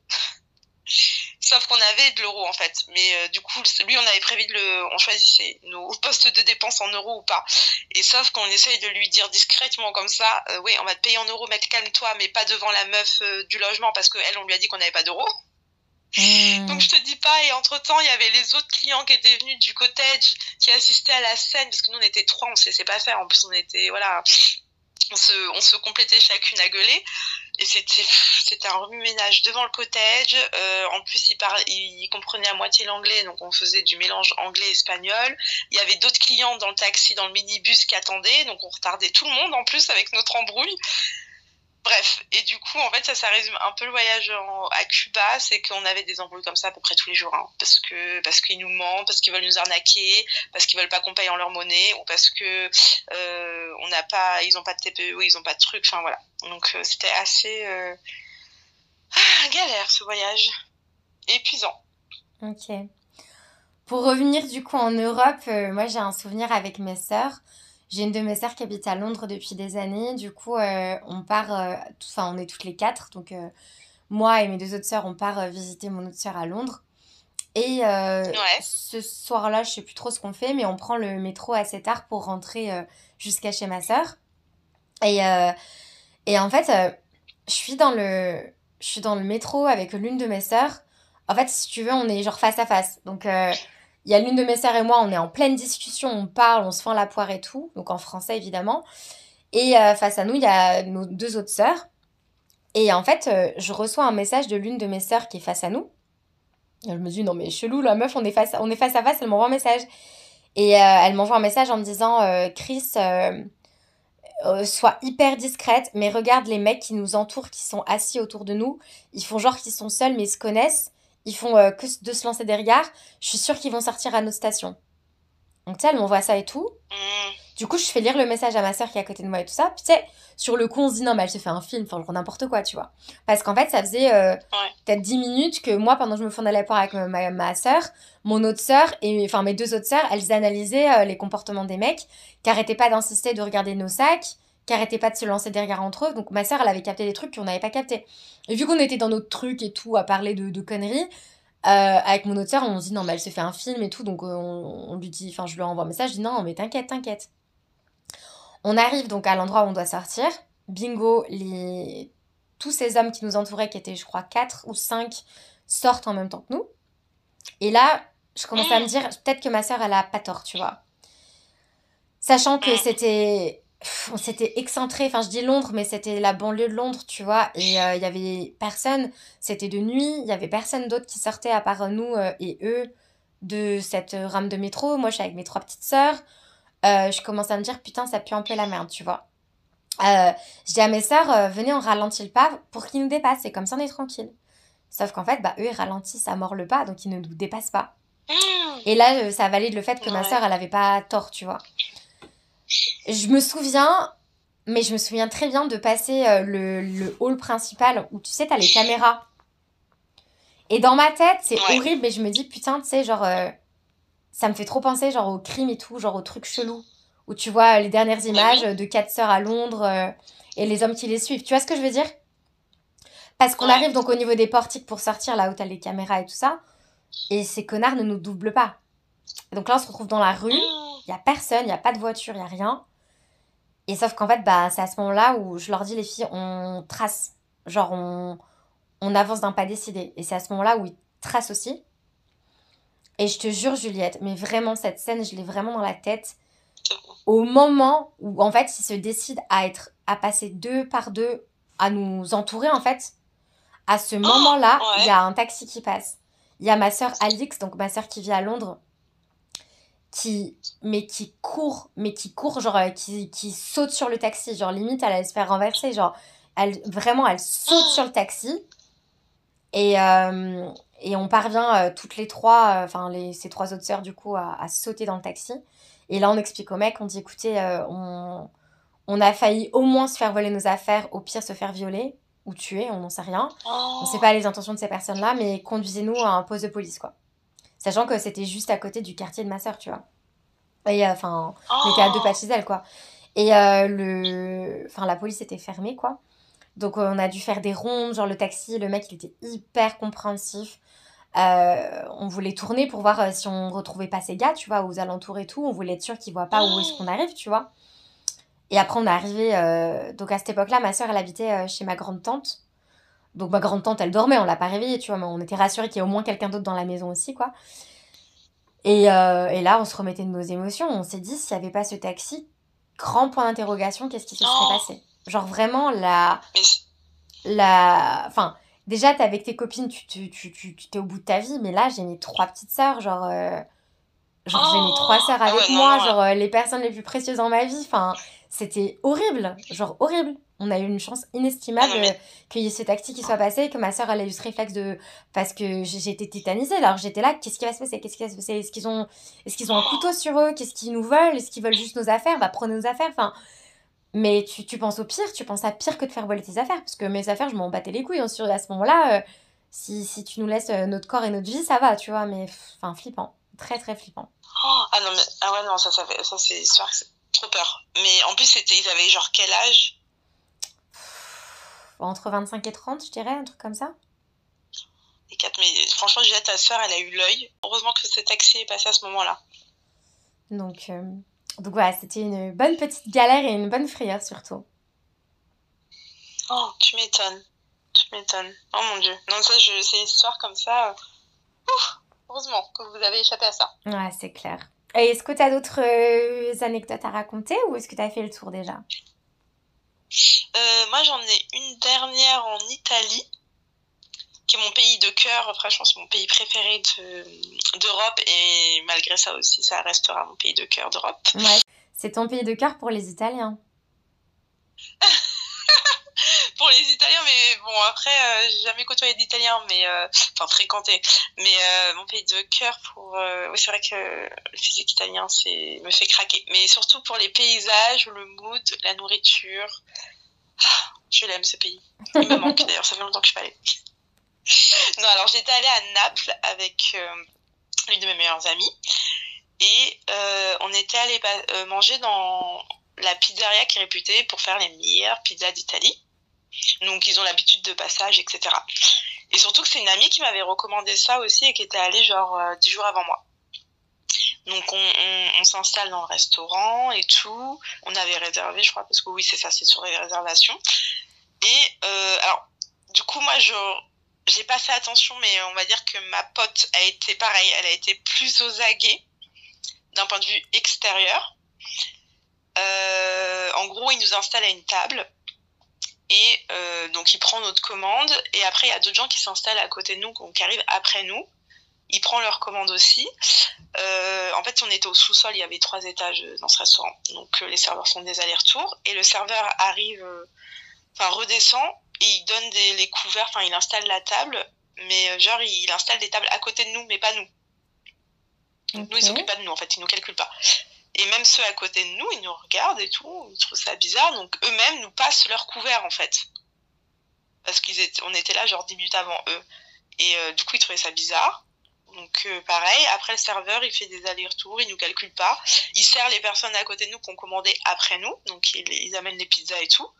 Sauf qu'on avait de l'euro en fait, mais euh, du coup lui on avait prévu de le, on choisissait nos postes de dépenses en euros ou pas. Et sauf qu'on essaye de lui dire discrètement comme ça, euh, oui on va te payer en euros, mec calme-toi, mais pas devant la meuf euh, du logement parce qu'elle on lui a dit qu'on n'avait pas d'euros. Mmh. Donc je te dis pas, et entre temps il y avait les autres clients qui étaient venus du cottage qui assistaient à la scène parce que nous on était trois, on se laissait pas faire, en plus on était voilà, on se, on se complétait chacune à gueuler. Et c'était, c'était un remue-ménage devant le cottage. Euh, en plus, il, parlait, il comprenait à moitié l'anglais, donc on faisait du mélange anglais-espagnol. Il y avait d'autres clients dans le taxi, dans le minibus qui attendaient, donc on retardait tout le monde en plus avec notre embrouille. Bref, et du coup, en fait, ça, ça résume un peu le voyage en, à Cuba, c'est qu'on avait des embrouilles comme ça à peu près tous les jours, hein, parce que parce qu'ils nous mentent, parce qu'ils veulent nous arnaquer, parce qu'ils veulent pas qu'on paye en leur monnaie, ou parce que euh, on n'a pas, ils ont pas de T P E, ou ils ont pas de trucs, enfin voilà. Donc euh, c'était assez euh... ah, galère ce voyage, épuisant. Ok. Pour revenir du coup en Europe, euh, moi j'ai un souvenir avec mes sœurs. J'ai une de mes sœurs qui habite à Londres depuis des années. Du coup, euh, on part, euh, enfin, on est toutes les quatre. Donc, euh, moi et mes deux autres sœurs, on part euh, visiter mon autre sœur à Londres. Et euh, Ouais. ce soir-là, je sais plus trop ce qu'on fait, mais on prend le métro assez tard pour rentrer euh, jusqu'à chez ma sœur. Et, euh, et en fait, euh, je suis dans le, je suis dans le métro avec l'une de mes sœurs. En fait, si tu veux, on est genre face à face. Donc, il euh, il y a l'une de mes sœurs et moi, on est en pleine discussion, on parle, on se fend la poire et tout, donc en français évidemment. Et euh, face à nous, il y a nos deux autres sœurs. Et en fait, euh, je reçois un message de l'une de mes sœurs qui est face à nous. Et je me dis, non mais chelou, la meuf, on est face, on est face à face, elle m'envoie un message. Et euh, elle m'envoie un message en me disant, euh, Chris, euh, euh, sois hyper discrète, mais regarde les mecs qui nous entourent, qui sont assis autour de nous. Ils font genre qu'ils sont seuls, mais ils se connaissent. Ils font euh, que de se lancer des regards. Je suis sûre qu'ils vont sortir à notre station. Donc tu sais, elle m'envoie ça et tout. Mmh. Du coup, je fais lire le message à ma soeur qui est à côté de moi et tout ça. Puis tu sais, sur le coup, on se dit non, mais elle se fait un film, enfin, genre n'importe quoi, tu vois. Parce qu'en fait, ça faisait euh, Ouais. peut-être dix minutes que moi, pendant que je me fondais la poire avec ma, ma, ma soeur, mon autre soeur, et enfin mes deux autres sœurs, elles analysaient euh, les comportements des mecs, qui arrêtaient pas d'insister de regarder nos sacs, qui arrêtaient pas de se lancer des regards entre eux. Donc ma soeur, elle avait capté des trucs qu'on n'avait pas capté. Et vu qu'on était dans notre truc et tout, à parler de, de conneries, euh, avec mon autre sœur, on se dit non, mais elle se fait un film et tout, donc euh, on, on lui dit, enfin, je lui envoie un message, je dis non, mais t'inquiète, t'inquiète. On arrive donc à l'endroit où on doit sortir. Bingo, les... tous ces hommes qui nous entouraient, qui étaient, je crois, quatre ou cinq, sortent en même temps que nous. Et là, je commence à me dire, peut-être que ma soeur, elle a pas tort, tu vois. Sachant que c'était... On s'était excentré, enfin je dis Londres, mais c'était la banlieue de Londres, tu vois, et il euh, y avait personne, c'était de nuit, il y avait personne d'autre qui sortait à part nous euh, et eux de cette rame de métro. Moi, je suis avec mes trois petites sœurs. Euh, je commence à me dire, putain, ça pue un peu la merde, tu vois. Euh, je dis à mes sœurs, euh, venez, on ralentit le pas pour qu'ils nous dépassent, et comme ça, on est tranquille. Sauf qu'en fait, bah, eux, ils ralentissent à mort le pas, donc ils ne nous dépassent pas. Et là, euh, ça valide le fait que ma Ouais. sœur, elle avait pas tort, tu vois. Je me souviens, mais je me souviens très bien de passer euh, le, le hall principal où, tu sais, t'as les caméras. Et dans ma tête, c'est Ouais. horrible, mais je me dis, putain, tu sais, genre, euh, ça me fait trop penser, genre, au crime et tout, genre, au truc chelou. Où tu vois les dernières images oui. de quatre sœurs à Londres euh, et les hommes qui les suivent. Tu vois ce que je veux dire? Parce qu'on Ouais. arrive donc au niveau des portiques pour sortir, là où t'as les caméras et tout ça, et ces connards ne nous doublent pas. Et donc là, on se retrouve dans la rue, Mmh. il y a personne, il y a pas de voiture, il y a rien. Et sauf qu'en fait, bah, c'est à ce moment-là où je leur dis, les filles, on trace. Genre, on, on avance d'un pas décidé. Et c'est à ce moment-là où ils tracent aussi. Et je te jure, Juliette, mais vraiment, cette scène, je l'ai vraiment dans la tête. Au moment où, en fait, ils se décident à être, à passer deux par deux, à nous entourer, en fait, à ce moment-là, il Ouais. y a un taxi qui passe. Il y a ma sœur Alix, donc ma sœur qui vit à Londres, qui, mais qui court, mais qui court, genre, euh, qui, qui saute sur le taxi. Genre, limite, elle allait se faire renverser. Genre, elle, vraiment, elle saute sur le taxi. Et, euh, et on parvient euh, toutes les trois, enfin, les ces trois autres sœurs, du coup, à, à sauter dans le taxi. Et là, on explique au mec, on dit, écoutez, euh, on, on a failli au moins se faire voler nos affaires, au pire se faire violer ou tuer, on n'en sait rien. On ne sait Oh. pas les intentions de ces personnes-là, mais conduisez-nous à un poste de police, quoi. Sachant que c'était juste à côté du quartier de ma sœur, tu vois. Et enfin, on était à deux pas de Oh. chez elle, quoi. Et euh, le... enfin, la police était fermée, quoi. Donc euh, on a dû faire des rondes, genre le taxi, le mec il était hyper compréhensif. Euh, on voulait tourner pour voir euh, si on retrouvait pas ces gars, tu vois, aux alentours et tout. On voulait être sûr qu'ils voient pas où est-ce qu'on arrive, tu vois. Et après on est arrivé, euh, donc à cette époque-là, ma soeur elle habitait euh, chez ma grande tante. Donc ma grande tante elle dormait, on l'a pas réveillée, tu vois, mais on était rassurés qu'il y ait au moins quelqu'un d'autre dans la maison aussi, quoi. Et, euh, et là on se remettait de nos émotions, on s'est dit s'il y avait pas ce taxi, grand point d'interrogation, qu'est-ce qui se serait Oh. passé? Genre vraiment la... Mais la... Enfin, déjà, t'es avec tes copines, tu, tu, tu, tu, tu t'es au bout de ta vie, mais là, j'ai mes trois petites sœurs, genre... euh, Genre, j'ai mes trois oh. sœurs Ah avec ouais, non, moi, non. genre, euh, les personnes les plus précieuses dans ma vie, enfin, c'était horrible, genre, horrible. On a eu une chance Ah inestimable non, euh, mais qu'il y ait ce taxi qui soit passé et que ma sœur, elle ait eu ce réflexe de... Parce que j'ai j'ai été tétanisée, alors j'étais là, qu'est-ce qui va se passer? Qu'est-ce qui va se passer? Est-ce qu'ils ont... Est-ce qu'ils ont un couteau sur eux? Qu'est-ce qu'ils nous veulent? Est-ce qu'ils veulent juste nos affaires? Bah, prenez nos affaires, enfin... Mais tu, tu penses au pire, tu penses à pire que de faire voler tes affaires. Parce que mes affaires, je m'en battais les couilles. Hein, sur, à ce moment-là, euh, si, si tu nous laisses euh, notre corps et notre vie, ça va, tu vois. Mais enfin, flippant. Très, très flippant. oh. Ah non, mais ah ouais, non, ça, ça fait ça, c'est sûr que c'est trop peur. Mais en plus, c'était, ils avaient genre quel âge? Entre vingt-cinq et trente, je dirais, un truc comme ça. Les quatre. Mais franchement, Juliette, ta sœur, elle a eu l'œil. Heureusement que ce taxi est passé à ce moment-là. Donc, euh, donc voilà, c'était une bonne petite galère et une bonne frayeur surtout. Oh, tu m'étonnes. Tu m'étonnes. Oh mon Dieu. Non, ça, je, c'est une histoire comme ça. euh, Ouf. heureusement que vous avez échappé à ça. Ouais, c'est clair. Et est-ce que tu as d'autres euh, anecdotes à raconter ou est-ce que tu as fait le tour déjà? Euh, moi, j'en ai une dernière en Italie, qui est mon pays de cœur. Franchement, c'est mon pays préféré de, d'Europe et malgré ça aussi, ça restera mon pays de cœur d'Europe. Ouais, c'est ton pays de cœur pour les Italiens. Pour les Italiens, mais bon, après, euh, j'ai jamais côtoyé d'Italiens, mais euh, enfin fréquenté. Mais euh, mon pays de cœur pour, euh, oui, c'est vrai que le physique italien, c'est me fait craquer. Mais surtout pour les paysages, le mood, la nourriture. Ah, je l'aime ce pays. Il me manque d'ailleurs, ça fait longtemps que je suis pas allée. Non, alors j'étais allée à Naples avec euh, l'une de mes meilleures amies et euh, on était allé euh, manger dans la pizzeria qui est réputée pour faire les meilleures pizzas d'Italie. Donc ils ont l'habitude de passage, et cetera. Et surtout que c'est une amie qui m'avait recommandé ça aussi et qui était allée genre euh, dix jours avant moi. Donc on, on, on s'installe dans le restaurant et tout. On avait réservé, je crois, parce que oui, c'est ça, c'est sur les réservations. Et euh, alors, du coup, moi, je j'ai pas fait attention, mais on va dire que ma pote a été pareil. Elle a été plus aux aguets d'un point de vue extérieur. Euh, en gros, il nous installe à une table. Et euh, donc, il prend notre commande. Et après, il y a d'autres gens qui s'installent à côté de nous, qui arrivent après nous. Il prend leur commande aussi. Euh, en fait, on était au sous-sol. Il y avait trois étages dans ce restaurant. Donc, euh, les serveurs font des allers-retours. Et le serveur arrive, euh, enfin, redescend. Et il donne des, les couverts. Enfin, il installe la table. Mais euh, genre, il installe des tables à côté de nous, mais pas nous. Donc, okay. Nous, ils s'occupent pas de nous, en fait. Ils nous calculent pas. Et même ceux à côté de nous, ils nous regardent et tout, ils trouvent ça bizarre, donc eux-mêmes nous passent leur couvert en fait. Parce qu'ils étaient, on était là genre dix minutes avant eux. Et euh, du coup, ils trouvaient ça bizarre. Donc euh, pareil, après le serveur, il fait des allers-retours, il nous calcule pas. Il sert les personnes à côté de nous qui ont commandé après nous, donc ils, ils amènent les pizzas et tout.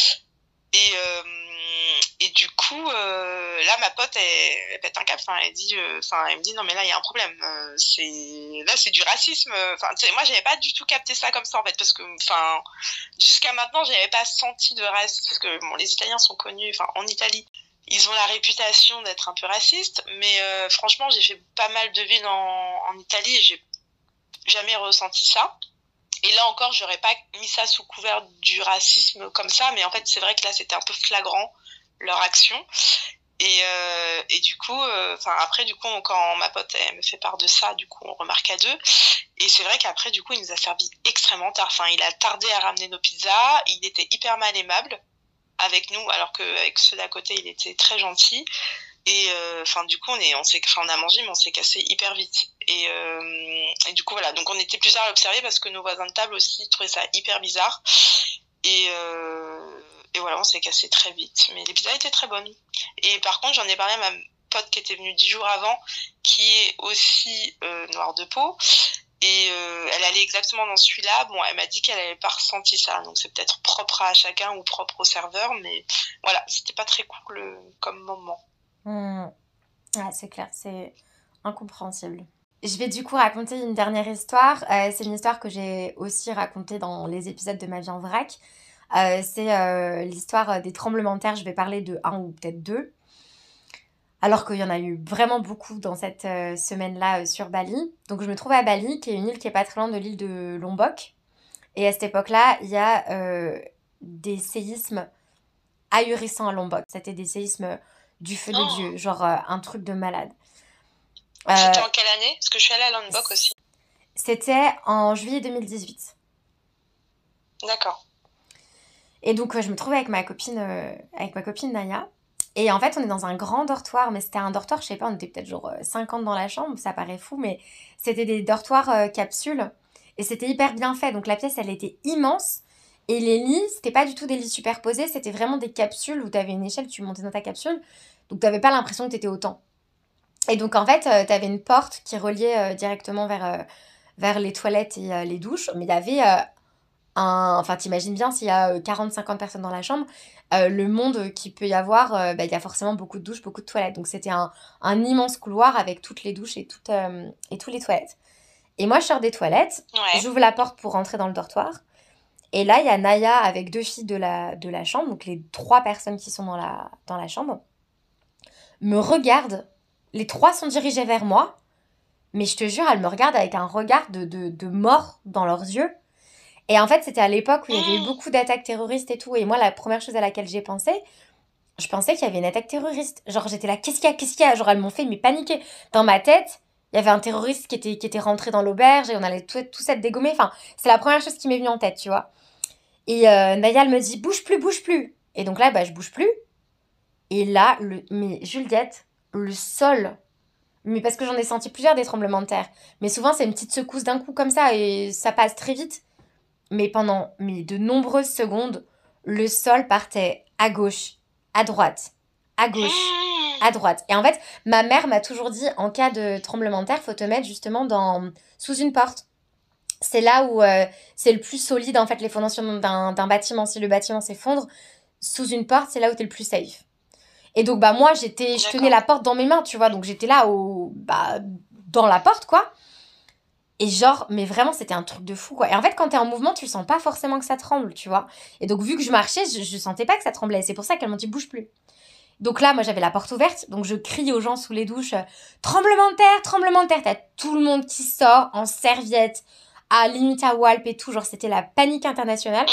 Et, euh, et du coup, euh, là, ma pote, elle, elle pète un cap. Enfin, elle dit, enfin, euh, elle me dit, non, mais là, il y a un problème. Euh, c'est, là, c'est du racisme. Enfin, moi, j'avais pas du tout capté ça comme ça, en fait, parce que, enfin, jusqu'à maintenant, j'avais pas senti de racisme, parce que, bon, les Italiens sont connus, enfin, en Italie, ils ont la réputation d'être un peu racistes, mais euh, franchement, j'ai fait pas mal de villes en, en Italie et j'ai jamais ressenti ça. Et là encore, j'aurais pas mis ça sous couvert du racisme comme ça, mais en fait, c'est vrai que là, c'était un peu flagrant, leur action. Et, euh, et du coup, enfin euh, après, du coup, quand ma pote elle me fait part de ça, du coup, on remarque à deux. Et c'est vrai qu'après, du coup, il nous a servi extrêmement tard. Enfin, il a tardé à ramener nos pizzas. Il était hyper mal aimable avec nous, alors qu'avec ceux d'à côté, il était très gentil. Et enfin euh, du coup on est on s'est enfin on a mangé mais on s'est cassé hyper vite et euh, et du coup voilà, donc on était plusieurs à l'observer parce que nos voisins de table aussi trouvaient ça hyper bizarre et euh, et voilà, on s'est cassé très vite, mais les pizzas étaient très bonnes. Et par contre, j'en ai parlé à ma pote qui était venue dix jours avant, qui est aussi euh, noire de peau. Et euh, elle allait exactement dans celui-là. Bon, elle m'a dit qu'elle n'avait pas ressenti ça. Donc, c'est peut-être propre à chacun ou propre au serveur. Mais voilà, c'était pas très cool euh, comme moment. Mmh. Ouais, c'est clair, c'est incompréhensible. Je vais du coup raconter une dernière histoire. Euh, c'est une histoire que j'ai aussi racontée dans les épisodes de Ma vie en vrac. Euh, c'est euh, l'histoire des tremblements de terre. Je vais parler de un ou peut-être deux. Alors qu'il y en a eu vraiment beaucoup dans cette euh, semaine-là euh, sur Bali. Donc je me trouve à Bali, qui est une île qui est pas très loin de l'île de Lombok. Et à cette époque-là, il y a euh, des séismes ahurissants à Lombok. C'était des séismes du feu Oh. de Dieu, genre euh, un truc de malade. C'était euh, en quelle année? Parce que je suis allée à Lombok aussi. C'était en juillet deux mille dix-huit. D'accord. Et donc euh, je me trouvais avec ma copine, euh, avec ma copine Naya. Et en fait, on est dans un grand dortoir, mais c'était un dortoir, je sais pas, on était peut-être genre cinquante dans la chambre, ça paraît fou, mais c'était des dortoirs euh, capsules. Et c'était hyper bien fait, donc la pièce, elle était immense. Et les lits, c'était pas du tout des lits superposés, c'était vraiment des capsules où t'avais une échelle, tu montais dans ta capsule. Donc t'avais pas l'impression que t'étais autant. Et donc en fait, euh, t'avais une porte qui reliait euh, directement vers, euh, vers les toilettes et euh, les douches. Mais il y avait euh, un... Enfin, t'imagines bien, s'il y a euh, quarante cinquante personnes dans la chambre, euh, le monde qu'il peut y avoir, euh, bah, il y a forcément beaucoup de douches, beaucoup de toilettes. Donc c'était un, un immense couloir avec toutes les douches et, toutes, euh, et tous les toilettes. Et moi, je sors des toilettes, ouais. J'ouvre la porte pour rentrer dans le dortoir. Et là, il y a Naya avec deux filles de la, de la chambre, donc les trois personnes qui sont dans la, dans la chambre, me regardent. Les trois sont dirigés vers moi. Mais je te jure, elles me regardent avec un regard de, de, de mort dans leurs yeux. Et en fait, c'était à l'époque où il y avait eu beaucoup d'attaques terroristes et tout. Et moi, la première chose à laquelle j'ai pensé, je pensais qu'il y avait une attaque terroriste. Genre, j'étais là, qu'est-ce qu'il y a, qu'est-ce qu'il y a? Genre, elles m'ont fait mais paniquer. Dans ma tête, il y avait un terroriste qui était, qui était rentré dans l'auberge et on allait tous tous être dégommés. Enfin, c'est la première chose qui m'est venue en tête, tu vois. Et euh, Naya, elle me dit, bouge plus, bouge plus. Et donc là, bah, je bouge plus. Et là, le... mais Juliette, le sol... Mais parce que j'en ai senti plusieurs des tremblements de terre. Mais souvent, c'est une petite secousse d'un coup comme ça et ça passe très vite. Mais pendant mais de nombreuses secondes, le sol partait à gauche, à droite, à gauche, à droite. Et en fait, ma mère m'a toujours dit, en cas de tremblement de terre, faut te mettre justement dans, sous une porte. C'est là où euh, c'est le plus solide, en fait, les fondations d'un, d'un bâtiment. Si le bâtiment s'effondre, sous une porte, c'est là où t'es le plus safe. Et donc, bah, moi, j'étais, je tenais la porte dans mes mains, tu vois. Donc, j'étais là, au, bah, dans la porte, quoi. Et genre, mais vraiment, c'était un truc de fou, quoi. Et en fait, quand t'es en mouvement, tu sens pas forcément que ça tremble, tu vois. Et donc, vu que je marchais, je, je sentais pas que ça tremblait. C'est pour ça qu'elles m'ont dit, bouge plus. Donc là, moi, j'avais la porte ouverte. Donc, je crie aux gens sous les douches, euh, tremblement de terre, tremblement de terre. T'as tout le monde qui sort en serviette, à limite à Walp et tout. Genre, c'était la panique internationale.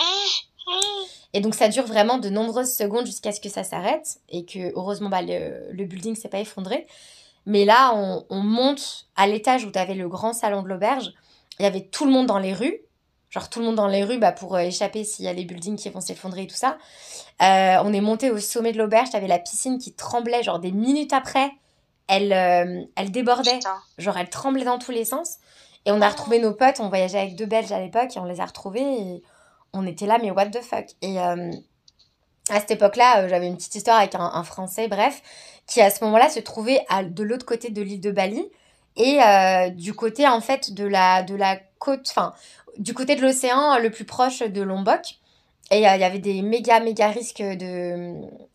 Et donc, ça dure vraiment de nombreuses secondes jusqu'à ce que ça s'arrête. Et que, heureusement, bah, le, le building s'est pas effondré. Mais là, on, on monte à l'étage où tu avais le grand salon de l'auberge. Il y avait tout le monde dans les rues. Genre tout le monde dans les rues bah, pour euh, échapper s'il y a les buildings qui vont s'effondrer et tout ça. Euh, on est monté au sommet de l'auberge. Tu avais la piscine qui tremblait. Genre des minutes après, elle, euh, elle débordait. Putain. Genre elle tremblait dans tous les sens. Et on a retrouvé nos potes. On voyageait avec deux Belges à l'époque et on les a retrouvés. Et on était là, mais what the fuck. Et euh, à cette époque-là, euh, j'avais une petite histoire avec un, un Français, bref, qui à ce moment-là se trouvait à, de l'autre côté de l'île de Bali et euh, du côté en fait de la, de la côte, enfin du côté de l'océan le plus proche de Lombok. Et il euh, y avait des méga méga risques de,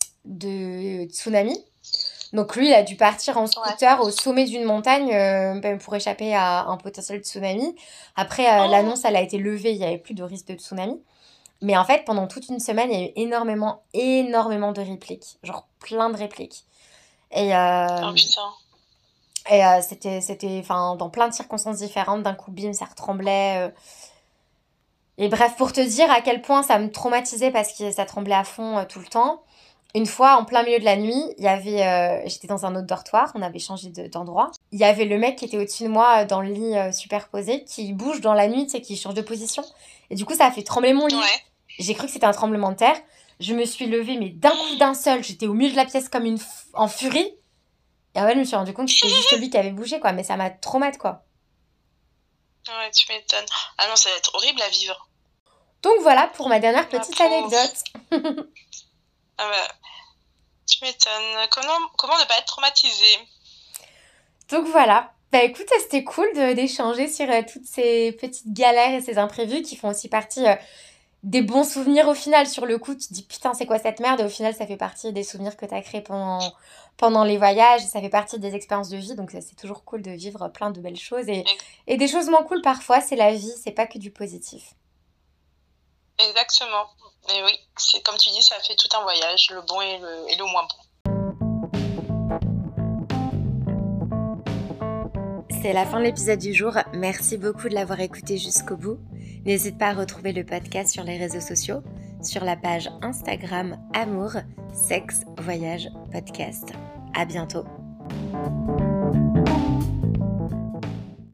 de tsunami. Donc lui, il a dû partir en scooter ouais. au sommet d'une montagne euh, pour échapper à un potentiel tsunami. Après, euh, oh. l'annonce, elle a été levée, il n'y avait plus de risque de tsunami. Mais en fait, pendant toute une semaine, il y a eu énormément, énormément de répliques. Genre plein de répliques. Et, euh, oh putain. Et euh, c'était, c'était dans plein de circonstances différentes. D'un coup, bim, ça retremblait. Euh... Et bref, pour te dire à quel point ça me traumatisait parce que ça tremblait à fond euh, tout le temps. Une fois, en plein milieu de la nuit, il y avait, euh, j'étais dans un autre dortoir, on avait changé de, d'endroit. Il y avait le mec qui était au-dessus de moi dans le lit euh, superposé, qui bouge dans la nuit, tu sais, qui change de position. Et du coup, ça a fait trembler mon lit. Ouais. J'ai cru que c'était un tremblement de terre. Je me suis levée, mais d'un coup, d'un seul, j'étais au milieu de la pièce comme une f... en furie. Et en fait, je me suis rendu compte que c'était juste lui qui avait bougé, quoi. Mais ça m'a traumatisé, quoi. Ouais, tu m'étonnes. Ah non, ça va être horrible à vivre. Donc voilà pour ma dernière petite ah, anecdote. Ah bah, tu m'étonnes. Comment, comment ne pas être traumatisée? Donc voilà. Bah écoute, c'était cool de, d'échanger sur euh, toutes ces petites galères et ces imprévus qui font aussi partie euh, des bons souvenirs au final. Sur le coup, tu te dis putain, c'est quoi cette merde? Et au final, ça fait partie des souvenirs que tu as créés pendant, pendant les voyages. Ça fait partie des expériences de vie. Donc ça, c'est toujours cool de vivre plein de belles choses. Et, et des choses moins cool parfois, c'est la vie. C'est pas que du positif. Exactement. Et oui, c'est comme tu dis, ça fait tout un voyage, le bon et le, et le moins bon. C'est la fin de l'épisode du jour. Merci beaucoup de l'avoir écouté jusqu'au bout. N'hésite pas à retrouver le podcast sur les réseaux sociaux, sur la page Instagram Amour, Sexe, Voyage, Podcast. À bientôt.